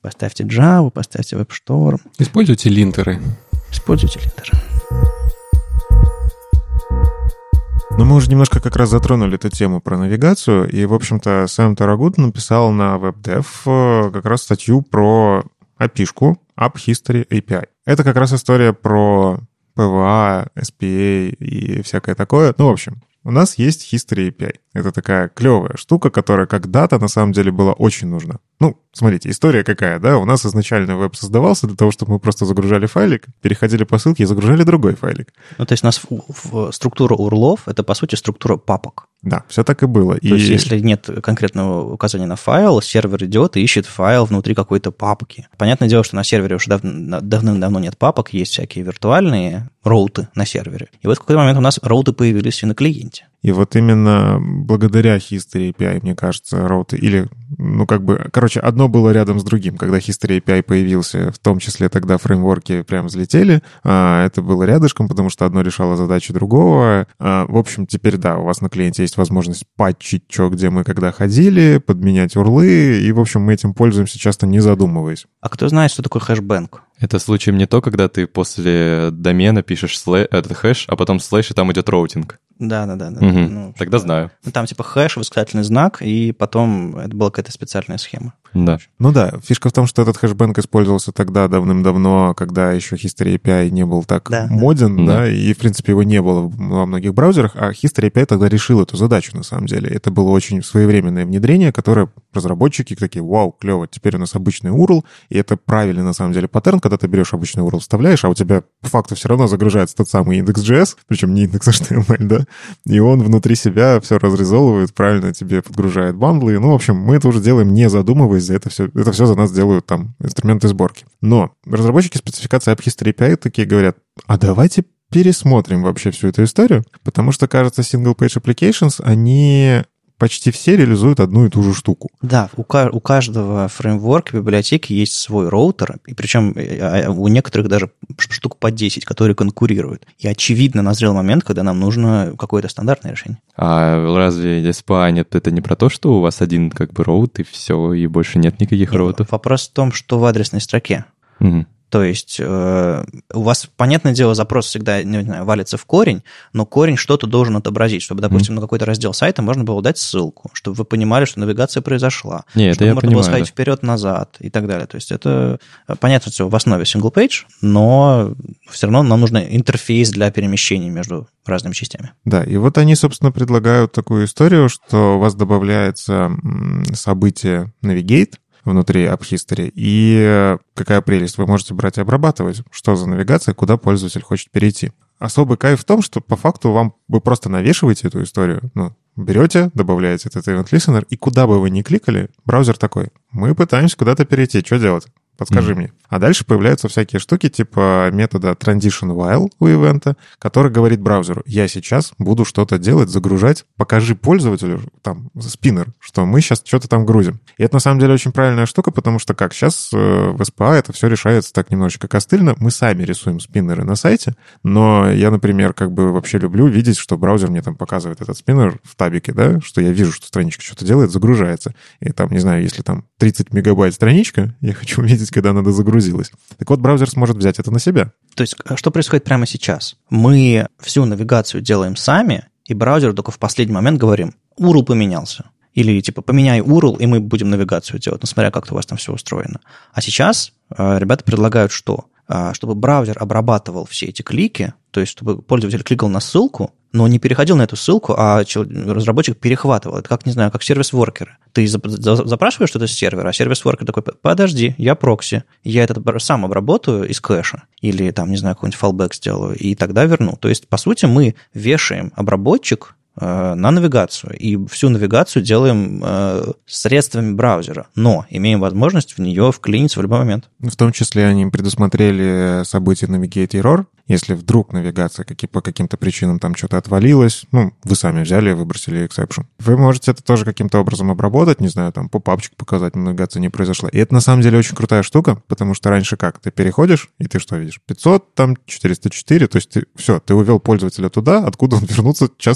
Поставьте Java, поставьте WebStorm. Используйте линтеры. Используйте линтеры. Но мы уже немножко как раз затронули эту тему про навигацию, и, в общем-то, Сэм Тарагут написал на WebDev как раз статью про API-шку, App History API. Это как раз история про PWA, SPA и всякое такое. Ну, в общем, у нас есть History API. Это такая клевая штука, которая когда-то на самом деле была очень нужна. Ну, смотрите, история какая, да? У нас изначально веб создавался для того, чтобы мы просто загружали файлик, переходили по ссылке и загружали другой файлик. Ну, то есть у нас структура URL-ов — это, по сути, структура папок. Да, все так и было. То есть если нет конкретного указания на файл, сервер идет и ищет файл внутри какой-то папки. Понятное дело, что на сервере уже давным-давно нет папок, есть всякие виртуальные роуты на сервере. И вот в какой-то момент у нас роуты появились и на клиенте. И вот именно благодаря History API, мне кажется, роуты, или, короче, одно было рядом с другим. Когда History API появился, в том числе тогда фреймворки прям взлетели, это было рядышком, потому что одно решало задачи другого. В общем, теперь, да, у вас на клиенте есть возможность патчить, что, где мы когда ходили, подменять урлы, и, в общем, мы этим пользуемся, часто не задумываясь. А кто знает, что такое хэшбэнк? Это случаем не то, когда ты после домена пишешь этот хэш, а потом слэш, и там идет роутинг. Да. Угу. Тогда знаю. Там типа хэш, восклицательный знак, и потом это была какая-то специальная схема. Да. Ну да, фишка в том, что этот хэшбэнк использовался тогда давным-давно, когда еще History API не был так моден, да, и, в принципе, его не было во многих браузерах, а History API тогда решил эту задачу, на самом деле. Это было очень своевременное внедрение, которое разработчики такие: вау, клево, теперь у нас обычный URL, и это правильный, на самом деле, паттерн, когда ты берешь обычный URL, вставляешь, а у тебя по факту все равно загружается тот самый индекс.js, причем не индекс HTML, да, и он внутри себя все разрезовывает, правильно тебе подгружает бандлы. Ну, в общем, мы это уже делаем, не задумываясь, это все за нас делают там инструменты сборки. Но разработчики спецификации App History API такие говорят: а давайте пересмотрим вообще всю эту историю, потому что, кажется, single-page applications, они почти все реализуют одну и ту же штуку. Да, у каждого фреймворка, библиотеки есть свой роутер, и причем у некоторых даже штук по 10, которые конкурируют. И, очевидно, назрел момент, когда нам нужно какое-то стандартное решение. А разве SPA нет, это не про то, что у вас один роут, и все, и больше нет никаких роутов? Вопрос в том, что в адресной строке. Угу. То есть у вас, понятное дело, запрос всегда, не знаю, валится в корень, но корень что-то должен отобразить, чтобы, допустим, на какой-то раздел сайта можно было дать ссылку, чтобы вы понимали, что навигация произошла, чтобы можно было сходить вперед-назад и так далее. То есть это, понятно, все в основе single page, но все равно нам нужен интерфейс для перемещений между разными частями. Да, и вот они, собственно, предлагают такую историю, что у вас добавляется событие Navigate внутри App History, и какая прелесть, вы можете брать и обрабатывать, что за навигация, куда пользователь хочет перейти. Особый кайф в том, что по факту вы просто навешиваете эту историю, берете, добавляете этот Event Listener, и куда бы вы ни кликали, браузер такой: мы пытаемся куда-то перейти, что делать? Подскажи мне. А дальше появляются всякие штуки типа метода transition while у ивента, который говорит браузеру: я сейчас буду что-то делать, загружать, покажи пользователю, там, спиннер, что мы сейчас что-то там грузим. И это на самом деле очень правильная штука, потому что сейчас в SPA это все решается так немножечко костыльно. Мы сами рисуем спиннеры на сайте, но я, например, вообще люблю видеть, что браузер мне там показывает этот спиннер в табике, да, что я вижу, что страничка что-то делает, загружается. И там, не знаю, если там 30 мегабайт страничка, я хочу увидеть, когда она дозагрузилась. Так вот, браузер сможет взять это на себя. То есть, что происходит прямо сейчас? Мы всю навигацию делаем сами, и браузеру только в последний момент говорим: URL поменялся. Или поменяй URL, и мы будем навигацию делать, смотря как у вас там все устроено. А сейчас ребята предлагают что? Чтобы браузер обрабатывал все эти клики, то есть чтобы пользователь кликал на ссылку, но не переходил на эту ссылку, а разработчик перехватывал. Это как сервис-воркеры. Ты запрашиваешь что-то с сервера, а сервис-воркер такой: подожди, я прокси, я это сам обработаю из кэша, или там, не знаю, какой-нибудь фаллбэк сделаю, и тогда верну. То есть, по сути, мы вешаем обработчик на навигацию, и всю навигацию делаем средствами браузера, но имеем возможность в нее вклиниться в любой момент. В том числе они предусмотрели событие Navigate Error. Если вдруг навигация по каким-то причинам там что-то отвалилось, вы сами взяли и выбросили exception. Вы можете это тоже каким-то образом обработать, не знаю, там попапчик показать, навигация не произошла. И это на самом деле очень крутая штука, потому что раньше как? Ты переходишь, и ты что видишь? 500, там 404, то есть ты увел пользователя туда, откуда он вернуться часто не может.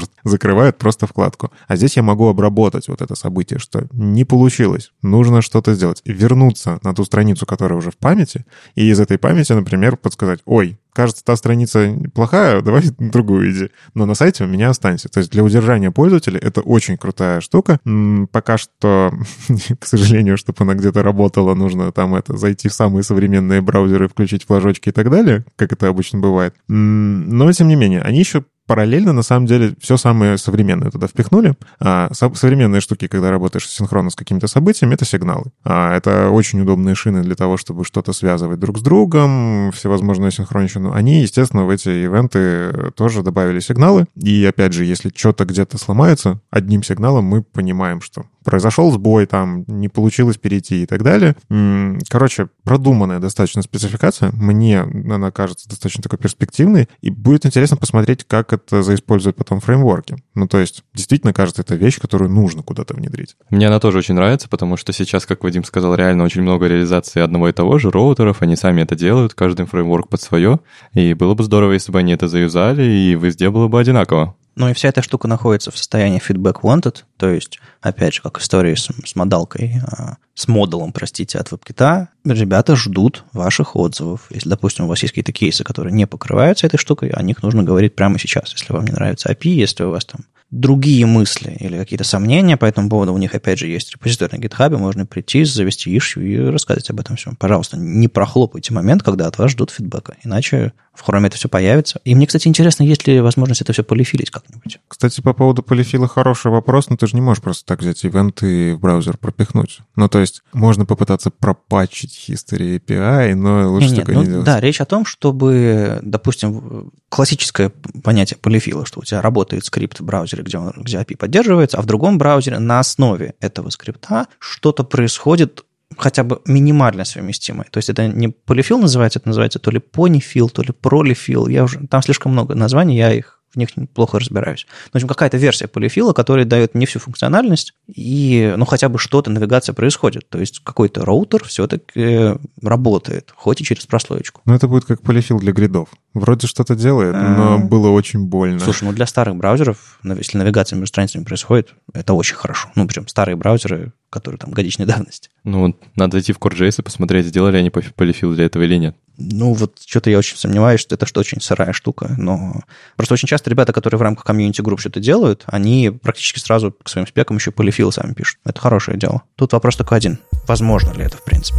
может, закрывает просто вкладку. А здесь я могу обработать вот это событие, что не получилось, нужно что-то сделать, вернуться на ту страницу, которая уже в памяти, и из этой памяти, например, подсказать: ой, кажется, та страница плохая, давай другую иди. Но на сайте у меня останься. То есть для удержания пользователя это очень крутая штука. Пока что, к сожалению, чтобы она где-то работала, нужно там зайти в самые современные браузеры, включить флажочки и так далее, как это обычно бывает. Но, тем не менее, они еще параллельно, на самом деле, все самое современное туда впихнули. Современные штуки, когда работаешь синхронно с какими-то событиями, это сигналы. Это очень удобные шины для того, чтобы что-то связывать друг с другом, всевозможную синхронщину. Они, естественно, в эти ивенты тоже добавили сигналы. И, опять же, если что-то где-то сломается, одним сигналом мы понимаем, что произошел сбой, там не получилось перейти и так далее. Короче, продуманная достаточно спецификация. Мне она кажется достаточно такой перспективной. И будет интересно посмотреть, как это заиспользуют потом фреймворки. Ну, то есть, действительно, кажется, это вещь, которую нужно куда-то внедрить. Мне она тоже очень нравится, потому что сейчас, как Вадим сказал, реально очень много реализации одного и того же, роутеров, они сами это делают, каждый фреймворк под свое. И было бы здорово, если бы они это заюзали, и везде было бы одинаково. Ну и вся эта штука находится в состоянии feedback wanted, то есть, опять же, как история с модалкой, с модулом, простите, от WebKit, ребята ждут ваших отзывов. Если, допустим, у вас есть какие-то кейсы, которые не покрываются этой штукой, о них нужно говорить прямо сейчас, если вам не нравится API, если у вас там другие мысли или какие-то сомнения по этому поводу, у них, опять же, есть репозиторий на GitHub, можно прийти, завести issue и рассказать об этом всем. Пожалуйста, не прохлопайте момент, когда от вас ждут фидбэка, иначе в Chrome это все появится. И мне, кстати, интересно, есть ли возможность это все полифилить как-нибудь. Кстати, по поводу полифила хороший вопрос, но ты же не можешь просто так взять ивенты в браузер пропихнуть. Ну, то есть, можно попытаться пропатчить history API, но лучше такое не делать. Да, речь о том, чтобы, допустим, классическое понятие полифила, что у тебя работает скрипт в браузере, где API поддерживается, а в другом браузере на основе этого скрипта что-то происходит хотя бы минимально совместимое. То есть это не полифил называется, это называется то ли понифил, то ли пролифил. Там слишком много названий, я в них плохо разбираюсь. В общем, какая-то версия полифила, которая дает не всю функциональность, и хотя бы что-то, навигация происходит. То есть какой-то роутер все-таки работает, хоть и через прослоечку. Ну, это будет как полифил для гридов. Вроде что-то делает, но было очень больно. Слушай, для старых браузеров, если навигация между страницами происходит, это очень хорошо. Причем старые браузеры, которые там годичной давности. Надо зайти в CoreJS и посмотреть, сделали они полифил для этого или нет. Что-то я очень сомневаюсь, что это очень сырая штука, но просто очень часто ребята, которые в рамках комьюнити-групп что-то делают, они практически сразу к своим спекам еще полифил сами пишут. Это хорошее дело. Тут вопрос только один. Возможно ли это, в принципе?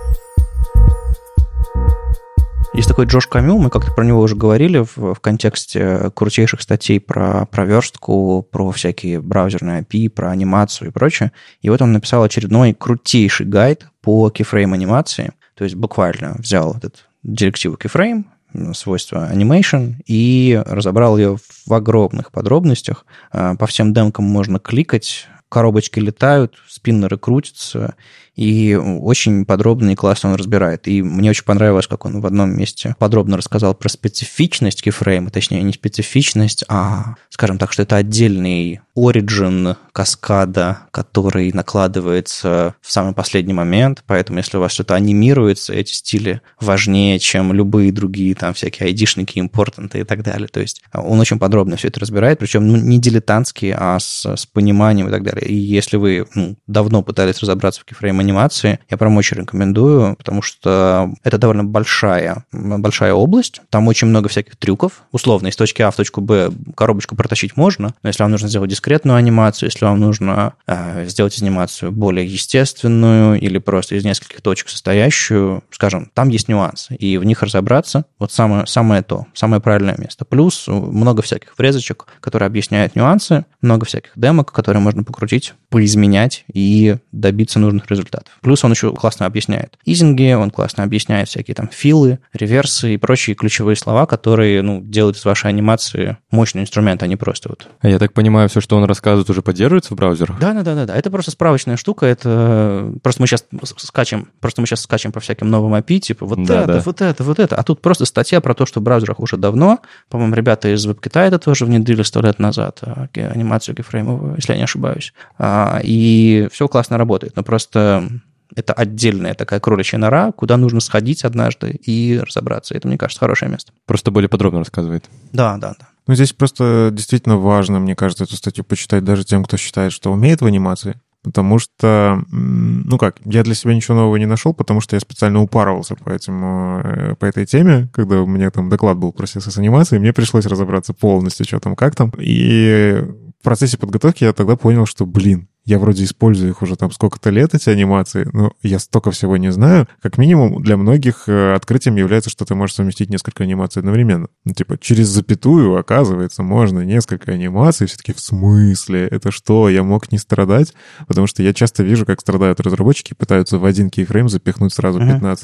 Есть такой Джош Камю, мы как-то про него уже говорили в контексте крутейших статей про верстку, про всякие браузерные API, про анимацию и прочее. И вот он написал очередной крутейший гайд по keyframe анимации. То есть буквально взял директиву keyframe, свойства animation, и разобрал ее в огромных подробностях. По всем демкам можно кликать, коробочки летают, спиннеры крутятся, и очень подробно и классно он разбирает. И мне очень понравилось, как он в одном месте подробно рассказал про специфичность keyframe, точнее, не специфичность, а, скажем так, что это отдельный origin каскада, который накладывается в самый последний момент, поэтому если у вас что-то анимируется, эти стили важнее, чем любые другие там всякие айдишники, импортанты и так далее. То есть он очень подробно все это разбирает, причем не дилетантски, а с пониманием и так далее. И если вы давно пытались разобраться в keyframe анимации, я прям очень рекомендую, потому что это довольно большая область, там очень много всяких трюков. Условно, из точки А в точку Б коробочку протащить можно, но если вам нужно сделать дискретную анимацию, если вам нужно сделать анимацию более естественную или просто из нескольких точек состоящую, скажем, там есть нюансы, и в них разобраться вот самое правильное место. Плюс много всяких врезочек, которые объясняют нюансы, много всяких демок, которые можно покрутить, поизменять и добиться нужных результатов. Плюс он еще классно объясняет изинги, он классно объясняет всякие там филы, реверсы и прочие ключевые слова, которые делают из вашей анимации мощный инструмент, а не просто А я так понимаю, все, что он рассказывает, уже поддерживается в браузерах? Да. Это просто справочная штука, это просто мы сейчас скачем по всяким новым API, типа вот это, а тут просто статья про то, что в браузерах уже давно, по-моему, ребята из WebKit это тоже внедрили 100 лет назад, анимацию keyframe, если я не ошибаюсь, и все классно работает, но просто это отдельная такая кроличья нора, куда нужно сходить однажды и разобраться. Это, мне кажется, хорошее место. Просто более подробно рассказывает. Да. Ну, здесь просто действительно важно, мне кажется, эту статью почитать даже тем, кто считает, что умеет в анимации. Потому что, я для себя ничего нового не нашел, потому что я специально упарывался по этой теме, когда у меня там доклад был про CSS анимации, мне пришлось разобраться полностью, что там, как там. И в процессе подготовки я тогда понял, что, я вроде использую их уже там сколько-то лет, эти анимации, но я столько всего не знаю. Как минимум, для многих открытием является, что ты можешь совместить несколько анимаций одновременно. Через запятую, оказывается, можно несколько анимаций. Все таки в смысле? Это что? Я мог не страдать? Потому что я часто вижу, как страдают разработчики, пытаются в один кейфрейм запихнуть сразу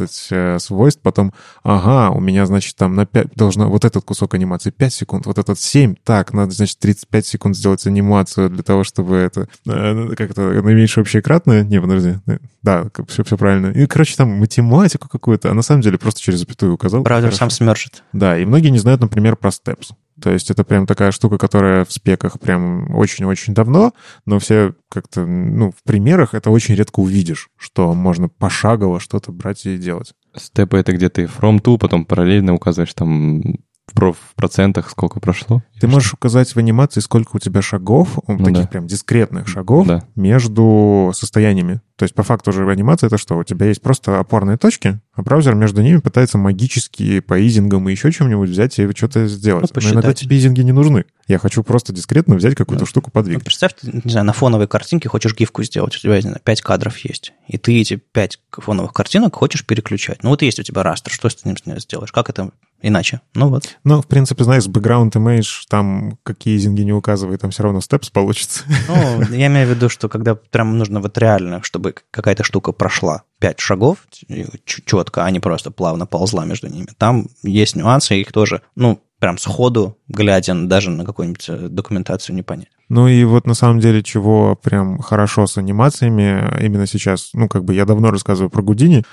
15 свойств, потом, у меня, значит, там на 5 должно вот этот кусок анимации 5 секунд, вот этот 7, так, надо, значит, 35 секунд сделать анимацию для того, чтобы это... как-то наименьшее общее кратное. Не, подожди. Да, все правильно. И, там математику какую-то, а на самом деле просто через запятую указал. Браузер сам смержит. Да, и многие не знают, например, про Steps. То есть это прям такая штука, которая в спеках прям очень-очень давно, но все как-то, в примерах это очень редко увидишь, что можно пошагово что-то брать и делать. Степы — это где ты from to, потом параллельно указываешь там... в процентах сколько прошло? Ты можешь указать в анимации, сколько у тебя шагов, таких прям дискретных шагов между состояниями. То есть по факту же анимация — это что? У тебя есть просто опорные точки, а браузер между ними пытается магически по изингам и еще чем-нибудь взять и что-то сделать. Но иногда тебе изинги не нужны. Я хочу просто дискретно взять какую-то штуку, подвигать. Представь, ты, не знаю, на фоновой картинке хочешь гифку сделать, у тебя, не знаю, 5 кадров есть, и ты эти 5 фоновых картинок хочешь переключать. Есть у тебя растер, что с ним сделаешь? Как это иначе? В принципе, знаешь, background image, там какие изинги не указывай, там все равно steps получится. Я имею в виду, что когда прям нужно реально, чтобы какая-то штука прошла 5 шагов четко, а не просто плавно ползла между ними, там есть нюансы, их тоже, прям сходу, глядя даже на какую-нибудь документацию, не понять. И на самом деле, чего прям хорошо с анимациями именно сейчас, я давно рассказываю про Houdini,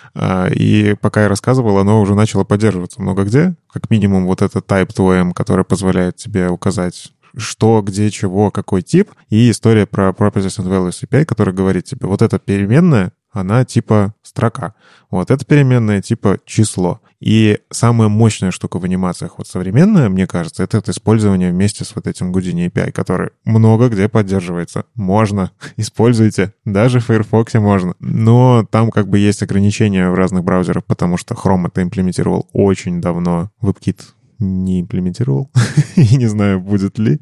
и пока я рассказывал, оно уже начало поддерживаться много где. Как минимум вот это Type2M, который позволяет тебе указать что, где, чего, какой тип, и история про Properties and Values API, которая говорит тебе, вот эта переменная, она типа строка, вот эта переменная типа число. И самая мощная штука в анимациях современная, мне кажется, это использование вместе с этим Houdini API, который много где поддерживается. Можно, используйте, даже в Firefox можно. Но там есть ограничения в разных браузерах, потому что Chrome это имплементировал очень давно, WebKit не имплементировал, и не знаю, будет ли.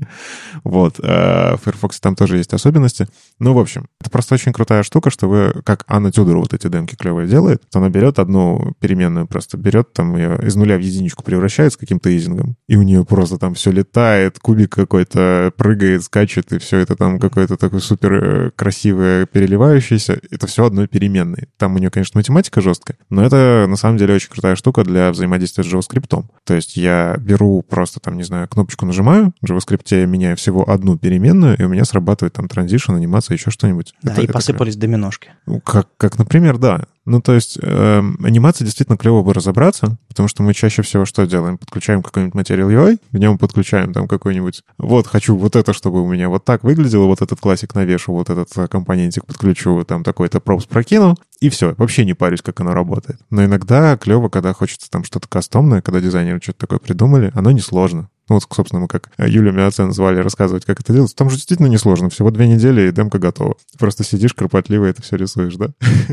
В Firefox там тоже есть особенности. В общем, это просто очень крутая штука, что вы, как Анна Тюдорова эти демки клевые делает, то она берет одну переменную, просто берет там ее из нуля в единичку превращает с каким-то изингом, и у нее просто там все летает, кубик какой-то прыгает, скачет, и все это там какое-то такое супер красивое, переливающееся. Это все одной переменной. Там у нее, конечно, математика жесткая, но это на самом деле очень крутая штука для взаимодействия с JavaScript. То есть я беру просто там, не знаю, кнопочку нажимаю, в JavaScript меняю всего одну переменную, и у меня срабатывает там транзишн, анимация, еще что-нибудь. Да, и посыпались доминошки. Как, например, да. То есть анимация действительно клево бы разобраться, потому что мы чаще всего что делаем? Подключаем какой-нибудь Material UI, в нем подключаем там какой-нибудь... хочу вот это, чтобы у меня вот так выглядело, вот этот классик навешу, вот этот компонентик подключу, там такой-то пропс прокину, и все. Вообще не парюсь, как оно работает. Но иногда клево, когда хочется там что-то кастомное, когда дизайнеры что-то такое придумали, оно несложно. Собственно, мы как Юлю Миоцен звали рассказывать, как это делать. Там же действительно несложно. Всего 2 недели, и демка готова. Просто сидишь кропотливо это все рисуешь, да?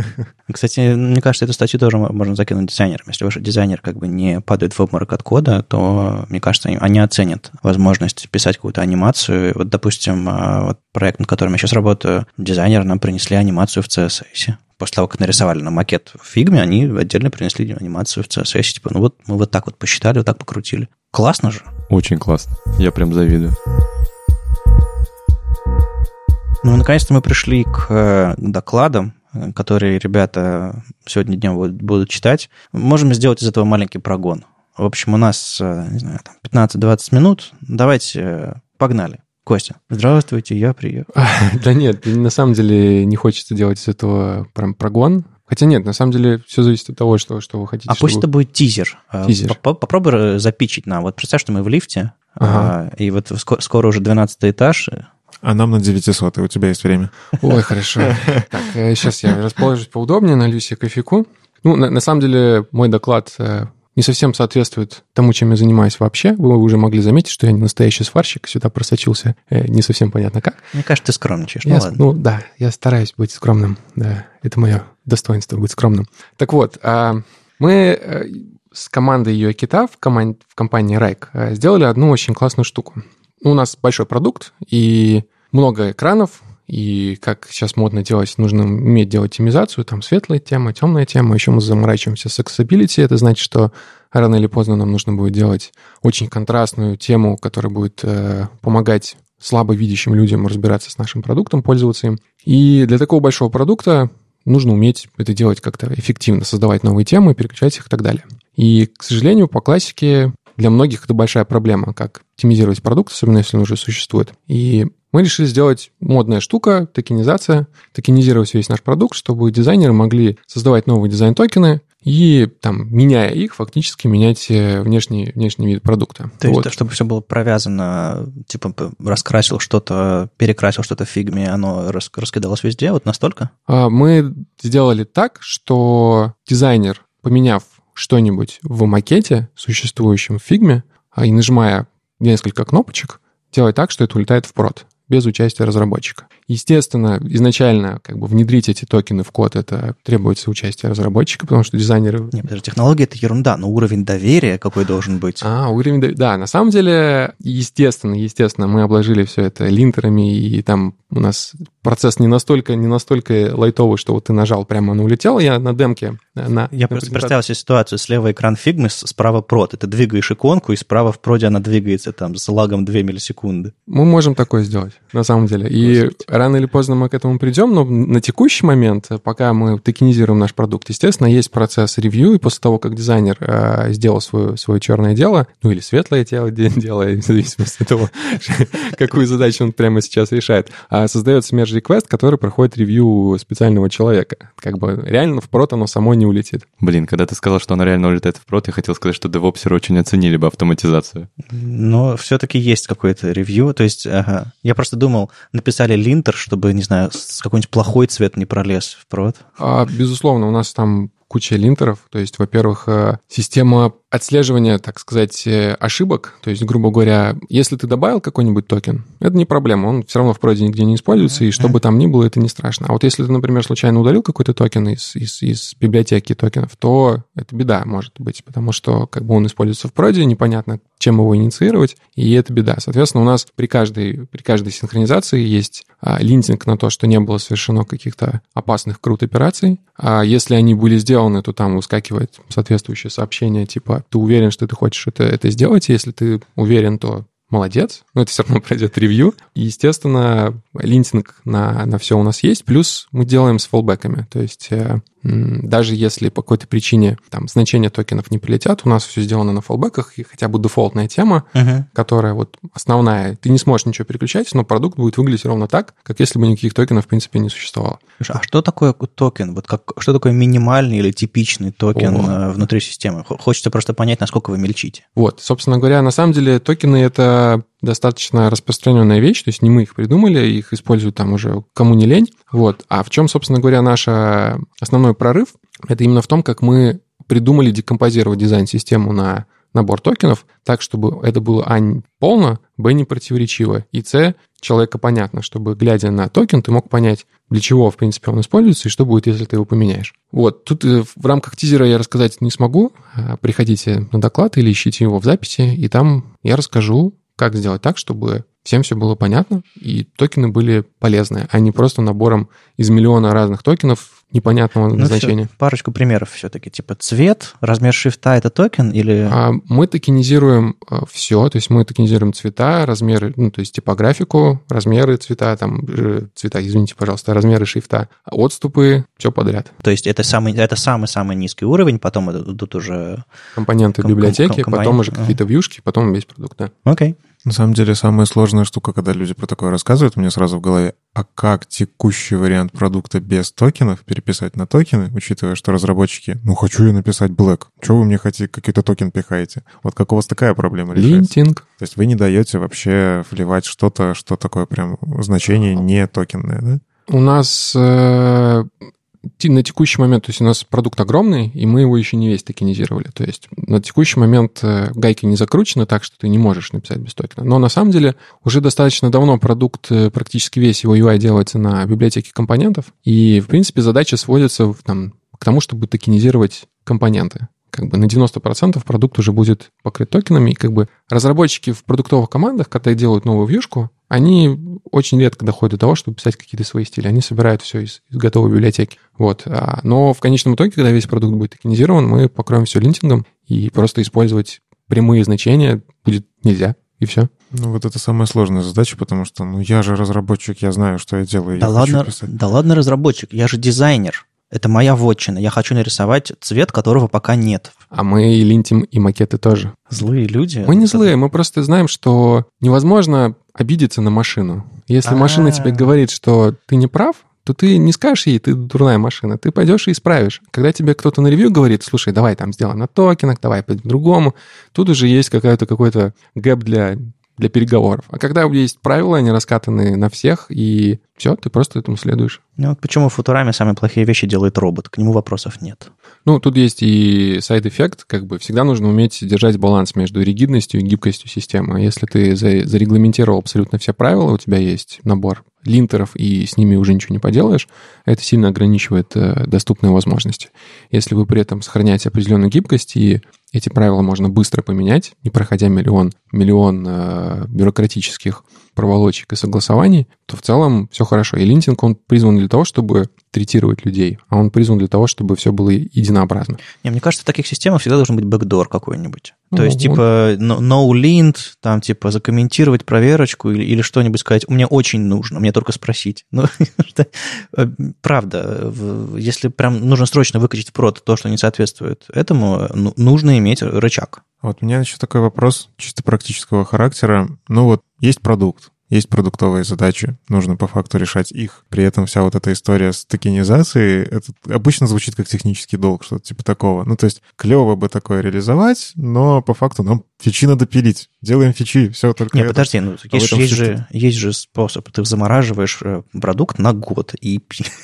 Кстати, мне кажется, эту статью тоже можно закинуть дизайнерам. Если ваш дизайнер не падает в обморок от кода, то, мне кажется, они оценят возможность писать какую-то анимацию. Допустим, проект, над которым я сейчас работаю, дизайнеры нам принесли анимацию в CSS. После того, как нарисовали на макет в Figma, они отдельно принесли анимацию в CSS. Мы вот так вот посчитали, вот так покрутили. Классно же. Очень классно. Я прям завидую. Наконец-то мы пришли к докладам, которые ребята сегодня днем будут читать. Можем сделать из этого маленький прогон. В общем, у нас, не знаю, 15-20 минут. Давайте, погнали. Костя, здравствуйте, я приехал. Да нет, на самом деле не хочется делать из этого прям прогон. Хотя нет, на самом деле все зависит от того, что вы хотите. А пусть это будет тизер. Попробуй запичить нам. Вот представь, что мы в лифте, и вот скоро уже 12-й этаж. А нам на 900, и у тебя есть время. Ой, хорошо. Так, сейчас я расположусь поудобнее, налью себе кофейку. На самом деле, мой доклад не совсем соответствует тому, чем я занимаюсь вообще. Вы уже могли заметить, что я не настоящий сварщик, сюда просочился не совсем понятно как. Мне кажется, ты скромничаешь. Ну да, я стараюсь быть скромным. Да, это мое достоинство, быть скромным. Так вот, мы с командой UIKit в компании Rike сделали одну очень классную штуку. У нас большой продукт и много экранов, и как сейчас модно делать, нужно уметь делать оптимизацию, там светлая тема, темная тема, еще мы заморачиваемся с accessibility, это значит, что рано или поздно нам нужно будет делать очень контрастную тему, которая будет помогать слабо видящим людям разбираться с нашим продуктом, пользоваться им. И для такого большого продукта нужно уметь это делать как-то эффективно, создавать новые темы, переключать их и так далее. И, к сожалению, по классике для многих это большая проблема, как оптимизировать продукт, особенно если он уже существует. И мы решили сделать модная штука, токенизация, токенизировать весь наш продукт, чтобы дизайнеры могли создавать новые дизайн-токены и, там, меняя их, фактически менять внешний вид продукта. То есть, чтобы все было провязано, типа, раскрасил что-то, перекрасил что-то в фигме, оно раскидалось везде, вот настолько? Мы сделали так, что дизайнер, поменяв что-нибудь в макете, существующем в фигме, и нажимая несколько кнопочек, делать так, что это улетает в прод, без участия разработчика. Естественно, изначально как бы внедрить эти токены в код, это требуется участие разработчика, потому что дизайнеры... Нет, подожди, технология — это ерунда, но уровень доверия какой должен быть? Уровень доверия... Да, на самом деле, естественно, мы обложили все это линтерами, и там у нас процесс не настолько лайтовый, что вот ты нажал, прямо оно улетело. Я на демке... Я просто представил себе ситуацию, слева экран фигмы, справа прод, и ты двигаешь иконку, и справа в проде она двигается там с лагом 2 миллисекунды. Мы можем такое сделать, на самом деле. И рано или поздно мы к этому придем, но на текущий момент, пока мы токенизируем наш продукт, естественно, есть процесс ревью, и после того, как дизайнер сделал свое черное дело, ну или светлое дело, в зависимости от того, какую задачу он прямо сейчас решает, создается merge request, который проходит ревью специального человека. Как бы реально в прод оно само не улетит. Блин, когда ты сказал, что оно реально улетает в прод, я хотел сказать, что девопсеры очень оценили бы автоматизацию. Но все-таки есть какое-то ревью, то есть, я просто думал, написали линтер, чтобы, не знаю, какой-нибудь плохой цвет не пролез в прод. Безусловно, у нас там куча линтеров, то есть, во-первых, система отслеживания, так сказать, ошибок, то есть, грубо говоря, если ты добавил какой-нибудь токен, это не проблема, он все равно в проде нигде не используется, и что бы там ни было, это не страшно. А вот если ты, например, случайно удалил какой-то токен из библиотеки токенов, то это беда может быть, потому что как бы он используется в проде, непонятно, чем его инициировать, и это беда. Соответственно, у нас при каждой синхронизации есть линтинг на то, что не было совершено каких-то опасных крут-операций. А если они были сделаны, то там выскакивает соответствующее сообщение, типа, ты уверен, что ты хочешь это сделать, и если ты уверен, то молодец, но это все равно пройдет ревью. И, естественно, линтинг на все у нас есть, плюс мы делаем с фоллбэками, то есть даже если по какой-то причине там значения токенов не прилетят, у нас все сделано на фоллбэках, и хотя бы дефолтная тема, которая вот основная, ты не сможешь ничего переключать, но продукт будет выглядеть ровно так, как если бы никаких токенов, в принципе, не существовало. А что такое токен? Вот что такое минимальный или типичный токен внутри системы? Хочется просто понять, насколько вы мельчите. Вот, собственно говоря, на самом деле токены — это достаточно распространенная вещь, то есть не мы их придумали, их используют там уже кому не лень. Вот. А в чем, собственно говоря, наш основной прорыв? Это именно в том, как мы придумали декомпозировать дизайн-систему на набор токенов так, чтобы это было не полно, не противоречиво, и человека понятно, чтобы, глядя на токен, ты мог понять, для чего, в принципе, он используется и что будет, если ты его поменяешь. Вот, тут в рамках тизера я рассказать не смогу. Приходите на доклад или ищите его в записи, и там я расскажу, как сделать так, чтобы всем все было понятно, и токены были полезны, а не просто набором из миллиона разных токенов непонятного назначения. Парочку примеров все-таки, типа цвет, размер шрифта — это токен или... Мы токенизируем все, то есть мы токенизируем цвета, размеры, то есть типографику, размеры цвета, извините, пожалуйста, размеры шрифта, отступы, все подряд. То есть это самый-самый низкий уровень, потом идут уже... Компоненты библиотеки, потом уже какие-то вьюшки, потом весь продукт, да. Окей. На самом деле, самая сложная штука, когда люди про такое рассказывают, мне сразу в голове, а как текущий вариант продукта без токенов переписать на токены, учитывая, что разработчики, хочу я написать Black, что вы мне хотите, какой-то токен пихаете? Вот как у вас такая проблема решается? Линтинг. То есть вы не даете вообще вливать что-то, что такое прям значение не токенное, да? У нас на текущий момент, то есть у нас продукт огромный, и мы его еще не весь токенизировали. То есть на текущий момент гайки не закручены так, что ты не можешь написать без токена. Но на самом деле уже достаточно давно продукт, практически весь его UI делается на библиотеке компонентов, и, в принципе, задача сводится к тому, чтобы токенизировать компоненты. Как бы на 90% продукт уже будет покрыт токенами, и как бы разработчики в продуктовых командах, когда делают новую вьюшку, они очень редко доходят до того, чтобы писать какие-то свои стили. Они собирают все из готовой библиотеки. Вот. Но в конечном итоге, когда весь продукт будет токенизирован, мы покроем все линтингом, и просто использовать прямые значения будет нельзя, и все. Ну, вот это самая сложная задача, потому что, я же разработчик, я знаю, что я делаю. Да ладно, разработчик, я же дизайнер. Это моя вотчина. Я хочу нарисовать цвет, которого пока нет. А мы и линтим, и макеты тоже. Злые люди? Мы не злые, мы просто знаем, что невозможно обидеться на машину. Если машина тебе говорит, что ты не прав, то ты не скажешь ей, ты дурная машина, ты пойдешь и исправишь. Когда тебе кто-то на ревью говорит, слушай, давай там сделаем на токенах, давай по-другому, тут уже есть какой-то гэп для переговоров. А когда есть правила, они раскатаны на всех, и все, ты просто этому следуешь. Ну, вот почему в Футураме самые плохие вещи делает робот? К нему вопросов нет. Ну, тут есть и сайд-эффект, всегда нужно уметь держать баланс между ригидностью и гибкостью системы. Если ты зарегламентировал абсолютно все правила, у тебя есть набор линтеров, и с ними уже ничего не поделаешь, это сильно ограничивает доступные возможности. Если вы при этом сохраняете определенную гибкость, и эти правила можно быстро поменять, не проходя миллион бюрократических проволочек и согласований, то в целом все хорошо. И линтинг, он призван для того, чтобы третировать людей, а он призван для того, чтобы все было единообразно. Мне кажется, в таких системах всегда должен быть бэкдор какой-нибудь. То есть, no-lint, закомментировать проверочку или что-нибудь сказать, мне очень нужно, мне только спросить. Правда, если прям нужно срочно выкачать в прод то, что не соответствует этому, нужно иметь рычаг. Вот у меня еще такой вопрос чисто практического характера. Есть продукт, есть продуктовые задачи, нужно по факту решать их. При этом вся вот эта история с токенизацией, это обычно звучит как технический долг, что-то типа такого. То есть клево бы такое реализовать, но по факту нам фичи надо пилить. Делаем фичи, все только Нет, подожди, есть же способ. Ты замораживаешь продукт на год и...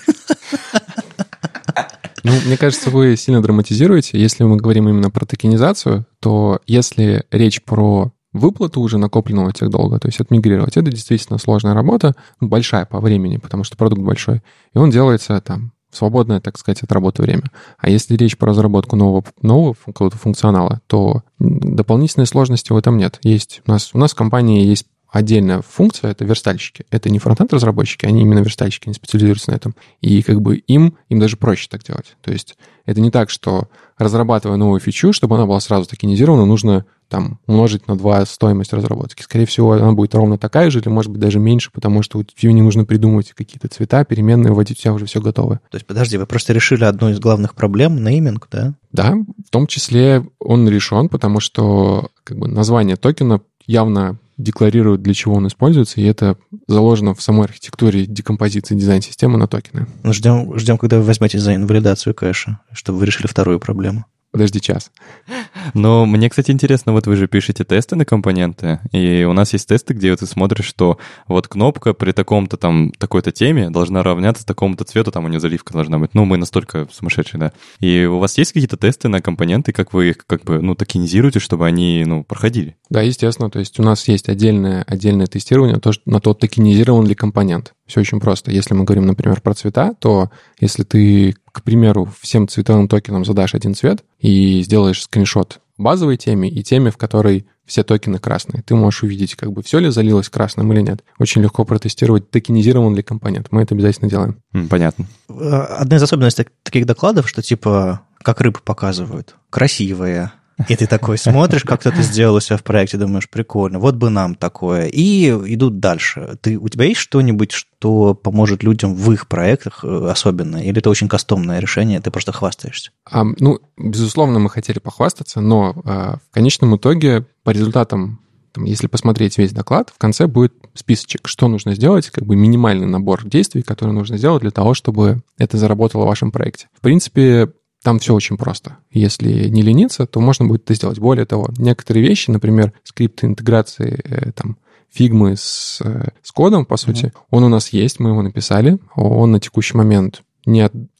Мне кажется, вы сильно драматизируете. Если мы говорим именно про токенизацию, то если речь про выплату уже накопленного техдолга, то есть отмигрировать, это действительно сложная работа, большая по времени, потому что продукт большой, и он делается в свободное, так сказать, от работы время. А если речь про разработку нового какого-то функционала, то дополнительной сложности в этом нет. У нас в компании есть отдельная функция — это верстальщики. Это не фронтенд-разработчики, они именно верстальщики, они специализируются на этом. И им даже проще так делать. То есть это не так, что, разрабатывая новую фичу, чтобы она была сразу токенизирована, нужно умножить на 2 стоимость разработки. Скорее всего, она будет ровно такая же или, может быть, даже меньше, потому что тебе не нужно придумывать какие-то цвета, переменные, вводить, у тебя уже все готово. То есть, подожди, вы просто решили одну из главных проблем — нейминг, да? Да, в том числе он решен, потому что название токена явно декларирует, для чего он используется, и это заложено в самой архитектуре декомпозиции дизайн-системы на токены. Ждем, когда вы возьметесь за инвалидацию кэша, чтобы вы решили вторую проблему. Подожди час. Но мне, кстати, интересно, вы же пишете тесты на компоненты, и у нас есть тесты, где ты смотришь, что кнопка при таком-то такой-то теме должна равняться такому-то цвету, у нее заливка должна быть. Мы настолько сумасшедшие, да. И у вас есть какие-то тесты на компоненты, как вы их токенизируете, чтобы они, проходили? Да, естественно. То есть у нас есть отдельное тестирование на то, токенизирован ли компонент. Все очень просто. Если мы говорим, например, про цвета, то если ты, к примеру, всем цветовым токенам задашь один цвет и сделаешь скриншот базовой теме и теме, в которой все токены красные, ты можешь увидеть, все ли залилось красным или нет. Очень легко протестировать, токенизирован ли компонент. Мы это обязательно делаем. Понятно. Одна из особенностей таких докладов, что как рыбу показывают, красивые. И ты такой смотришь, как кто-то сделал у себя в проекте, думаешь, прикольно, вот бы нам такое. И идут дальше. У тебя есть что-нибудь, что поможет людям в их проектах особенно? Или это очень кастомное решение, ты просто хвастаешься? Безусловно, мы хотели похвастаться, но в конечном итоге по результатам, если посмотреть весь доклад, в конце будет списочек, что нужно сделать, минимальный набор действий, которые нужно сделать для того, чтобы это заработало в вашем проекте. В принципе, там все очень просто. Если не лениться, то можно будет это сделать. Более того, некоторые вещи, например, скрипты интеграции фигмы с кодом, по сути, он у нас есть, мы его написали. Он на текущий момент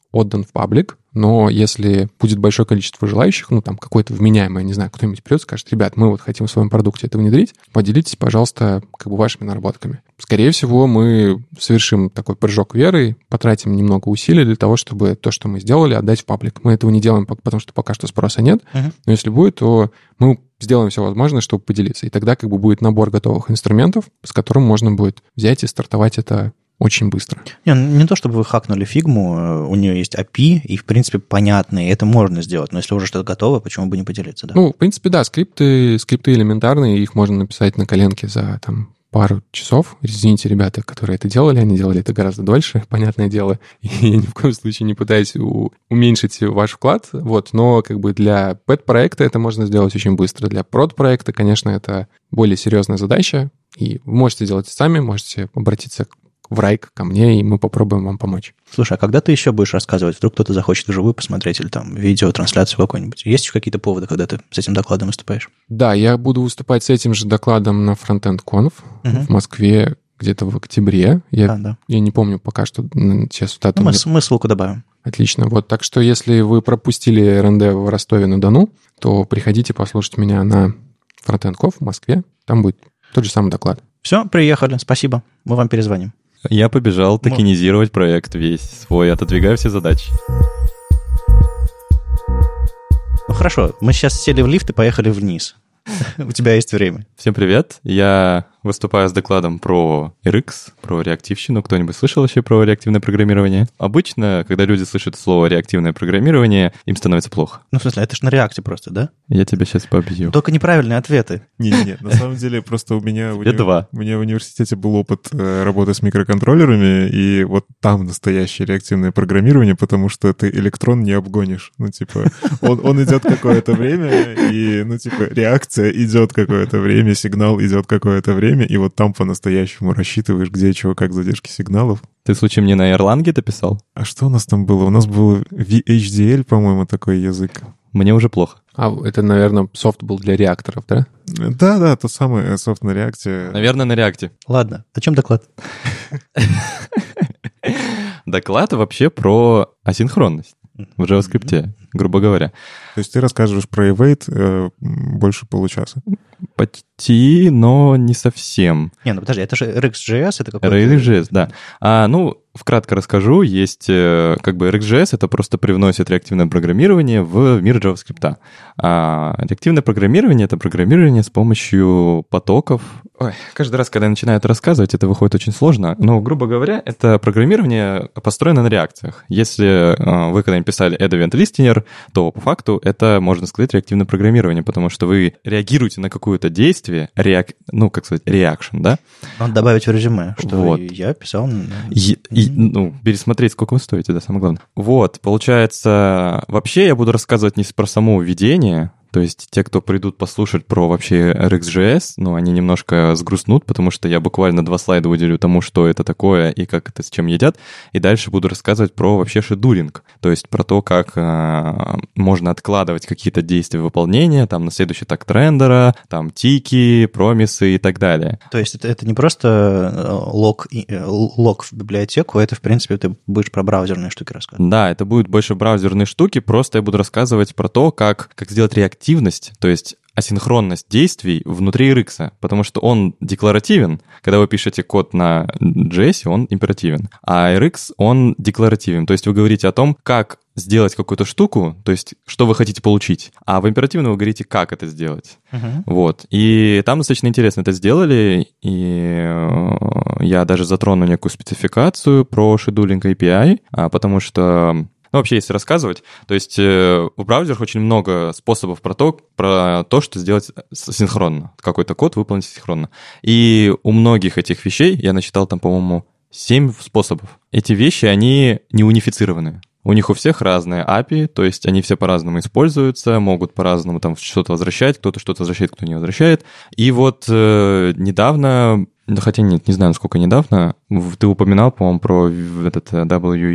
отдан в паблик, но если будет большое количество желающих, ну, там, какое-то вменяемое, не знаю, кто-нибудь придет и скажет: ребят, мы вот хотим в своем продукте это внедрить, поделитесь, пожалуйста, как бы вашими наработками. Скорее всего, мы совершим такой прыжок веры, потратим немного усилий для того, чтобы то, что мы сделали, отдать в паблик. Мы этого не делаем, потому что пока что спроса нет, но если будет, то мы сделаем все возможное, чтобы поделиться. И тогда как бы будет набор готовых инструментов, с которым можно будет взять и стартовать это очень быстро. Не то, чтобы вы хакнули фигму, у нее есть API, и, в принципе, понятно, и это можно сделать. Но если уже что-то готово, почему бы не поделиться, да? Ну, в принципе, да, скрипты элементарные, их можно написать на коленке за там пару часов. Извините, ребята, которые это делали, они делали это гораздо дольше, понятное дело. И я ни в коем случае не пытаюсь уменьшить ваш вклад, вот, но как бы для пэт-проекта это можно сделать очень быстро. Для прод-проекта, конечно, это более серьезная задача, и вы можете делать сами, можете обратиться в Райк ко мне, и мы попробуем вам помочь. Слушай, а когда ты еще будешь рассказывать? Вдруг кто-то захочет вживую посмотреть или там видеотрансляцию какой-нибудь? Есть еще какие-то поводы, когда ты с этим докладом выступаешь? Да, я буду выступать с этим же докладом на Frontend Conf в Москве где-то в октябре. Я не помню пока что сейчас дату. Мы ссылку добавим. Отлично. Вот, так что если вы пропустили РНД в Ростове-на-Дону, то приходите послушать меня на Frontend Conf в Москве. Там будет тот же самый доклад. Все, приехали. Спасибо. Мы вам перезвоним. Я побежал токенизировать проект весь свой, отодвигаю все задачи. Ну хорошо, мы сейчас сели в лифт и поехали вниз. У тебя есть время. Всем привет. Я выступаю с докладом про RX, про реактивщину. Кто-нибудь слышал вообще про реактивное программирование? Обычно, когда люди слышат слово реактивное программирование, им становится плохо. Ну, в смысле, это ж на реакте просто, да? Я тебя сейчас побью. Только неправильные ответы. Не-не-не, на самом деле просто у меня в университете был опыт работы с микроконтроллерами, и вот там настоящее реактивное программирование, потому что ты электрон не обгонишь. Ну, типа, он идет какое-то время, и, ну, типа, реакция идет какое-то время, сигнал идет какое-то время, и вот там по-настоящему рассчитываешь, где, чего, как задержки сигналов. Ты, случаем, не на Erlang это писал? А что у нас там было? У нас был VHDL, по-моему, такой язык. Мне уже плохо. А это, наверное, софт был для реакторов, да? Да, тот самый софт на реакте. Наверное, на реакте. Ладно, о чем доклад? Доклад вообще про асинхронность в JavaScript, грубо говоря. То есть ты рассказываешь про Await больше получаса? Почти, но не совсем. Не, ну подожди, это же RxJS, это какой-то... RxJS, да. Вкратко расскажу. Есть как бы RxJS, это просто привносит реактивное программирование в мир JavaScript. А реактивное программирование — это программирование с помощью потоков. Ой, каждый раз, когда я начинаю это рассказывать, это выходит очень сложно. Но, грубо говоря, это программирование построено на реакциях. Если вы когда-нибудь писали add event listener, то по факту это, можно сказать, реактивное программирование, потому что вы реагируете на какое-то действие, reaction, да? Надо добавить в резюме, что вот. Я писал... пересмотреть, сколько вы стоите, да, самое главное. Вот, получается, вообще я буду рассказывать не про само введение, то есть те, кто придут послушать про вообще RxJS, они немножко сгрустнут, потому что я буквально 2 слайда уделю тому, что это такое и как это с чем едят, и дальше буду рассказывать про вообще шедулинг, то есть про то, как можно откладывать какие-то действия выполнения, там, на следующий такт рендера, там, тики, промисы и так далее. То есть это не просто лог в библиотеку, это, в принципе, ты будешь про браузерные штуки рассказывать. Да, это будет больше браузерные штуки, просто я буду рассказывать про то, как сделать реактивность, то есть асинхронность действий внутри RX, потому что он декларативен. Когда вы пишете код на JS, он императивен. А RX, он декларативен. То есть вы говорите о том, как сделать какую-то штуку, то есть что вы хотите получить. А в императивном вы говорите, как это сделать. Вот. И там достаточно интересно это сделали, и я даже затрону некую спецификацию про шедулинг API, потому что... вообще, если рассказывать, то есть в браузерах очень много способов про то, что сделать синхронно. Какой-то код выполнить синхронно. И у многих этих вещей, я насчитал там, по-моему, 7 способов. Эти вещи, они не унифицированы. У них у всех разные API, то есть они все по-разному используются, могут по-разному там что-то возвращать, кто-то что-то возвращает, кто не возвращает. И вот недавно... Хотя нет, не знаю, насколько недавно. Ты упоминал, по-моему, про этот WE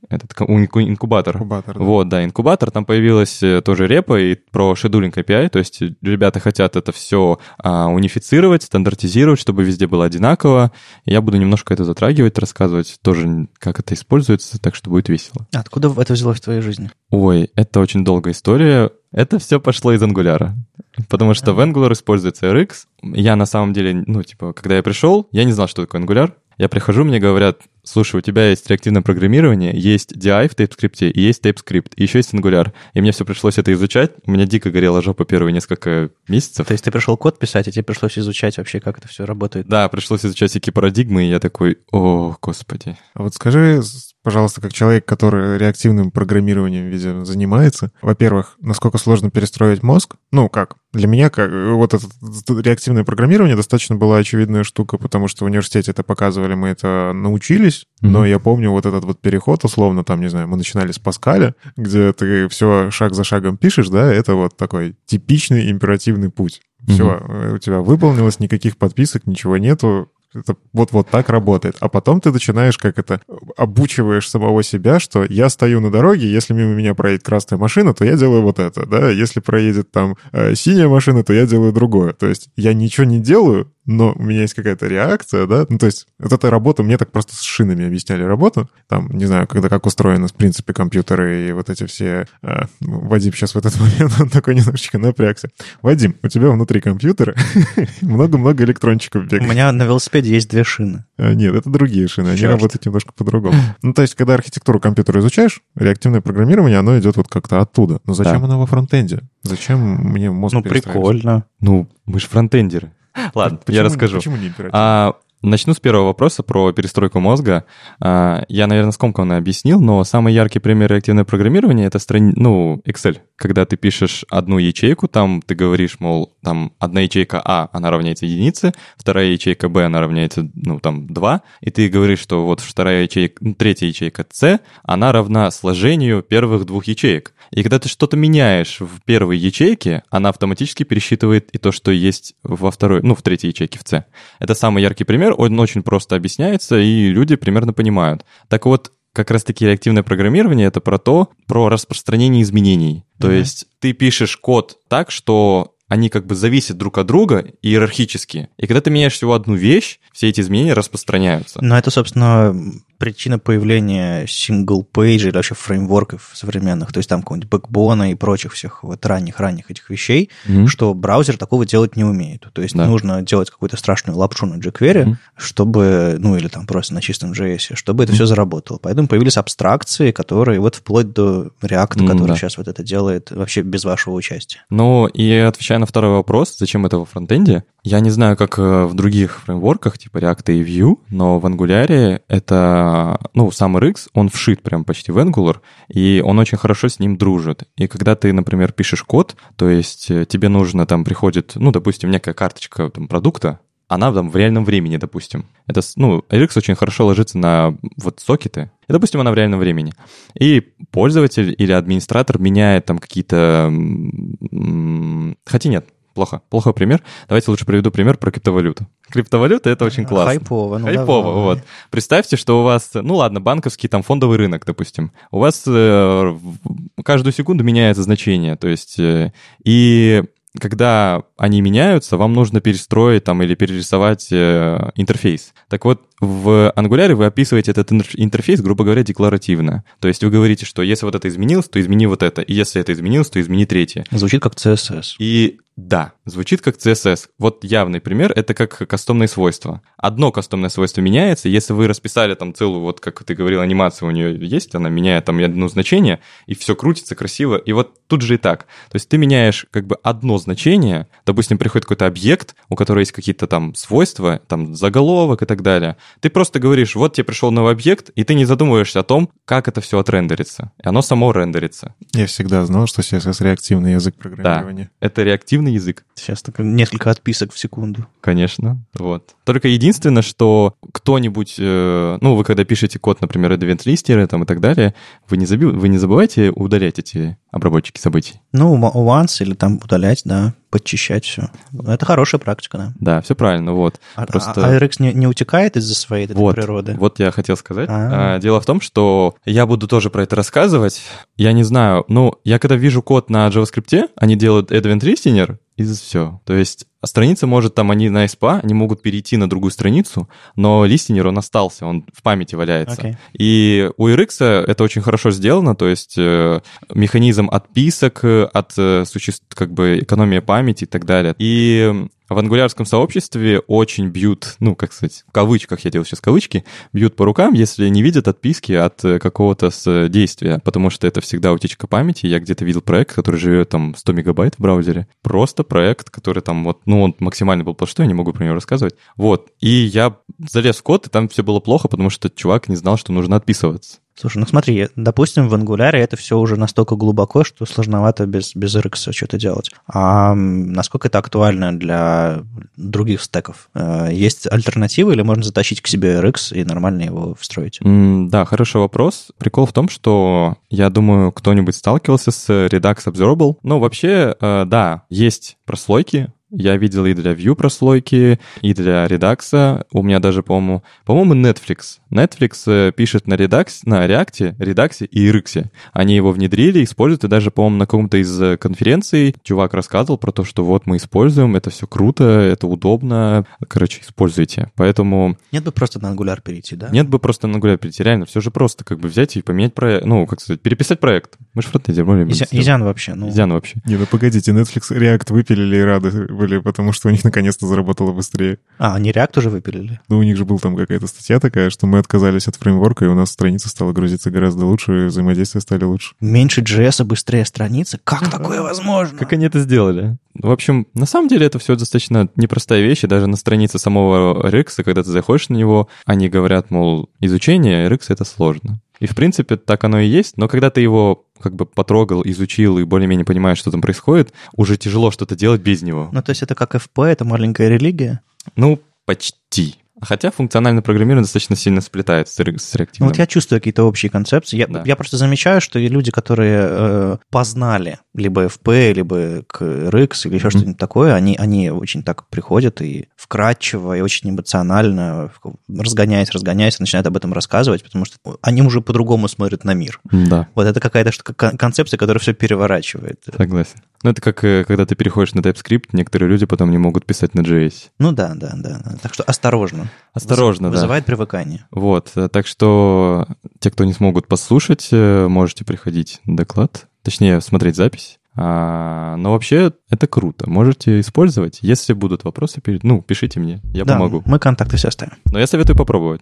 инкубатор. Инкубатор, да. Вот, да, инкубатор. Там появилась тоже репа и про scheduling API, то есть ребята хотят это все унифицировать, стандартизировать, чтобы везде было одинаково. Я буду немножко это затрагивать, рассказывать тоже, как это используется, так что будет весело. Откуда это взялось в твоей жизни? Ой, это очень долгая история. Это все пошло из Angular. Потому что в Angular используется RX. Я на самом деле, когда я пришел, я не знал, что такое Angular. Я прихожу, мне говорят, слушай, у тебя есть реактивное программирование, есть DI в TypeScript и есть TypeScript, и еще есть Angular. И мне все пришлось это изучать. У меня дико горела жопа первые несколько месяцев. То есть ты пришел код писать, и тебе пришлось изучать вообще, как это все работает? Да, пришлось изучать всякие парадигмы, и я такой, о, господи. А вот скажи, пожалуйста, как человек, который реактивным программированием, видимо, занимается, во-первых, насколько сложно перестроить мозг? Для меня вот это реактивное программирование достаточно была очевидная штука, потому что в университете это показывали, мы это научились, но я помню вот этот вот переход, условно, там, не знаю, мы начинали с Паскаля, где ты все шаг за шагом пишешь, да, это вот такой типичный императивный путь. Все, у тебя выполнилось, никаких подписок, ничего нету. Это вот так работает. А потом ты начинаешь обучиваешь самого себя, что я стою на дороге, если мимо меня проедет красная машина, то я делаю вот это, да, если проедет там синяя машина, то я делаю другое. То есть я ничего не делаю, но у меня есть какая-то реакция, да, то есть вот эта работа, мне так просто с шинами объясняли работу, там, не знаю, как устроены, в принципе, компьютеры и вот эти все... Вадим сейчас в этот момент, он такой немножечко напрягся. Вадим, у тебя внутри компьютера много-много электрончиков бегает. У меня на велосипеде есть 2 шины. Нет, это другие шины, они работают немножко по-другому. То есть, когда архитектуру компьютера изучаешь, реактивное программирование, оно идет вот как-то оттуда. Но зачем оно во фронтенде? Зачем мне мозг перестраивать? Прикольно. Мы же фронтендеры. Ладно, я расскажу. Почему не императивно? Начну с первого вопроса про перестройку мозга. Я, наверное, скомканно объяснил, но самый яркий пример реактивного программирования — это Excel. Когда ты пишешь одну ячейку, там ты говоришь, мол, там одна ячейка А, она равняется единице, вторая ячейка Б, она равняется, 2, и ты говоришь, что вот третья ячейка С, она равна сложению первых 2 ячеек. И когда ты что-то меняешь в первой ячейке, она автоматически пересчитывает и то, что есть во второй, в третьей ячейке в С. Это самый яркий пример, он очень просто объясняется, и люди примерно понимают. Так вот, как раз-таки реактивное программирование — это про распространение изменений. То есть ты пишешь код так, что они зависят друг от друга иерархически. И когда ты меняешь всего одну вещь, все эти изменения распространяются. Но это, собственно, причина появления single-page или вообще фреймворков современных, то есть там какого-нибудь бэкбона и прочих всех вот ранних этих вещей, что браузер такого делать не умеет. То есть нужно делать какую-то страшную лапшу на jQuery, чтобы, или там просто на чистом JS, чтобы это все заработало. Поэтому появились абстракции, которые вот вплоть до React, который сейчас вот это делает вообще без вашего участия. И отвечая на второй вопрос, зачем это во фронтенде, я не знаю, как в других фреймворках, типа React и Vue, но в Angular это, сам RX, он вшит прям почти в Angular, и он очень хорошо с ним дружит. И когда ты, например, пишешь код, то есть тебе нужно, там приходит, допустим, некая карточка продукта, она там в реальном времени, допустим. Это, RX очень хорошо ложится на вот сокеты, и, допустим, она в реальном времени. И пользователь или администратор меняет там какие-то... Хотя нет, плохой пример. Давайте лучше приведу пример про криптовалюту. Криптовалюта — это очень классно. Хайпово. Хайпово, вот. Представьте, что у вас, банковский там фондовый рынок, допустим. У вас каждую секунду меняется значение, то есть... И когда они меняются, вам нужно перестроить там или перерисовать интерфейс. Так вот, в Angular вы описываете этот интерфейс, грубо говоря, декларативно. То есть вы говорите, что если вот это изменилось, то измени вот это. И если это изменилось, то измени третье. Звучит как CSS. И да, звучит как CSS. Вот явный пример — это как кастомные свойства. Одно кастомное свойство меняется, если вы расписали там целую, вот как ты говорил, анимацию у нее есть, она меняет там одно значение, и все крутится красиво. И вот тут же и так. То есть ты меняешь одно значение, допустим, приходит какой-то объект, у которого есть какие-то там свойства, там заголовок и так далее. Ты просто говоришь, вот тебе пришел новый объект, и ты не задумываешься о том, как это все отрендерится. И оно само рендерится. Я всегда знал, что CSS — реактивный язык программирования. Да, это реактивный язык. Сейчас только несколько отписок в секунду. Конечно, вот. Только единственное, что кто-нибудь, вы когда пишете код, например, event-листеры там и так далее, вы не забывайте удалять эти обработчики событий. Once или там удалять, да. подчищать все. Это хорошая практика, да. Да, все правильно, вот. Просто... А RX не утекает из-за своей природы? Вот я хотел сказать. Дело в том, что я буду тоже про это рассказывать. Я не знаю, я когда вижу код на JavaScript, они делают Advent Listener, и все. То есть страница может они на SPA, они могут перейти на другую страницу, но листенер, он остался, он в памяти валяется. Okay. И у RX это очень хорошо сделано, то есть механизм отписок, экономия памяти и так далее. И в ангулярском сообществе очень бьют, в кавычках, я делаю сейчас кавычки, бьют по рукам, если не видят отписки от какого-то действия, потому что это всегда утечка памяти. Я где-то видел проект, который живет 100 мегабайт в браузере. Просто проект, который он максимально был простой, я не могу про него рассказывать. Вот. И я залез в код, и там все было плохо, потому что чувак не знал, что нужно отписываться. Слушай, смотри, допустим, в Angular это все уже настолько глубоко, что сложновато без RX что-то делать. А насколько это актуально для других стеков? Есть альтернативы или можно затащить к себе RX и нормально его встроить? Да, хороший вопрос. Прикол в том, что, я думаю, кто-нибудь сталкивался с Redux Observable. Вообще, да, есть прослойки. Я видел и для Vue прослойки, и для Redux. У меня даже, по-моему, Netflix. Netflix пишет на React, Redux и RX. Они его внедрили, используют, и даже, по-моему, на каком-то из конференций чувак рассказывал про то, что вот мы используем, это все круто, это удобно. Используйте. Поэтому... Нет бы просто на Angular перейти, да? Нет бы просто на Angular перейти. Реально, все же просто взять и поменять проект. Переписать проект. Мы же фронтендер. Изян вообще. Изян вообще. Не, погодите, Netflix React выпилили и рады были, потому что у них наконец-то заработало быстрее. Они React уже выпилили? У них же была там какая-то статья такая, что мы отказались от фреймворка, и у нас страница стала грузиться гораздо лучше, взаимодействия стали лучше. Меньше JS, быстрее страницы? Как такое возможно? Как они это сделали? В общем, на самом деле это все достаточно непростая вещь, и даже на странице самого RX, когда ты заходишь на него, они говорят, мол, изучение RX — это сложно. И, в принципе, так оно и есть, но когда ты его потрогал, изучил и более-менее понимаешь, что там происходит, уже тяжело что-то делать без него. То есть это как FP, это маленькая религия? Почти. Хотя функциональное программирование достаточно сильно сплетается с реактивным. Я чувствую какие-то общие концепции. Я просто замечаю, что и люди, которые познали либо FP, либо к RX или еще что-нибудь такое, они очень так приходят и вкратчиво, и очень эмоционально, разгоняясь, начинают об этом рассказывать, потому что они уже по-другому смотрят на мир. Да. Вот это какая-то концепция, которая все переворачивает. Согласен. Это как когда ты переходишь на TypeScript, некоторые люди потом не могут писать на JS. Да. Так что осторожно. Осторожно, Вызывает привыкание. Вот, так что те, кто не смогут послушать, можете приходить на доклад, точнее, смотреть запись. Но вообще это круто. Можете использовать. Если будут вопросы, пишите мне, я помогу. Мы контакты все оставим. Но я советую попробовать.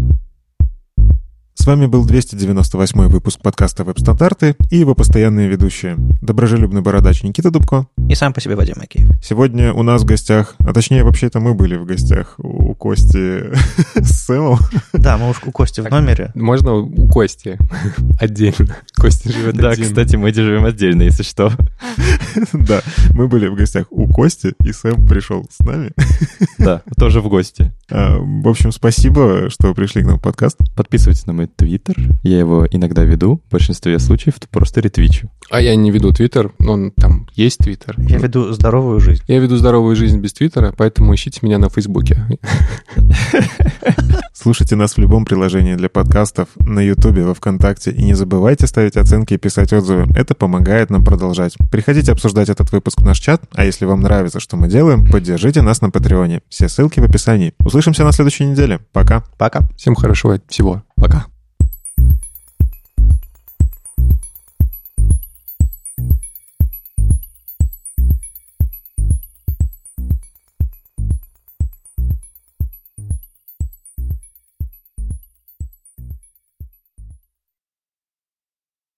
С вами был 298-й выпуск подкаста «Веб-стандарты» и его постоянные ведущие. Доброжелюбный бородач Никита Дубко. И сам по себе Вадим Макеев. Сегодня у нас в гостях, а точнее, вообще-то мы были в гостях у Кости с Сэмом. Да, мы уж у Кости в номере. Можно у Кости отдельно. Костя живет да, один. Кстати, мы живем отдельно, если что. Да, мы были в гостях у Кости, и Сэм пришел с нами. Да, тоже в гости. В общем, спасибо, что пришли к нам в подкаст. Подписывайтесь на мой Твиттер. Я его иногда веду. В большинстве случаев просто ретвичу. А я не веду Твиттер, но там есть Твиттер. Я веду здоровую жизнь. Я веду здоровую жизнь без Твиттера, поэтому ищите меня на Фейсбуке. Слушайте нас в любом приложении для подкастов, на Ютубе, во Вконтакте. И не забывайте ставить оценки и писать отзывы. Это помогает нам продолжать. Приходите обсуждать этот выпуск в наш чат. А если вам нравится, что мы делаем, поддержите нас на Патреоне. Все ссылки в описании. Услышимся на следующей неделе. Пока. Пока. Всем хорошего всего. Пока.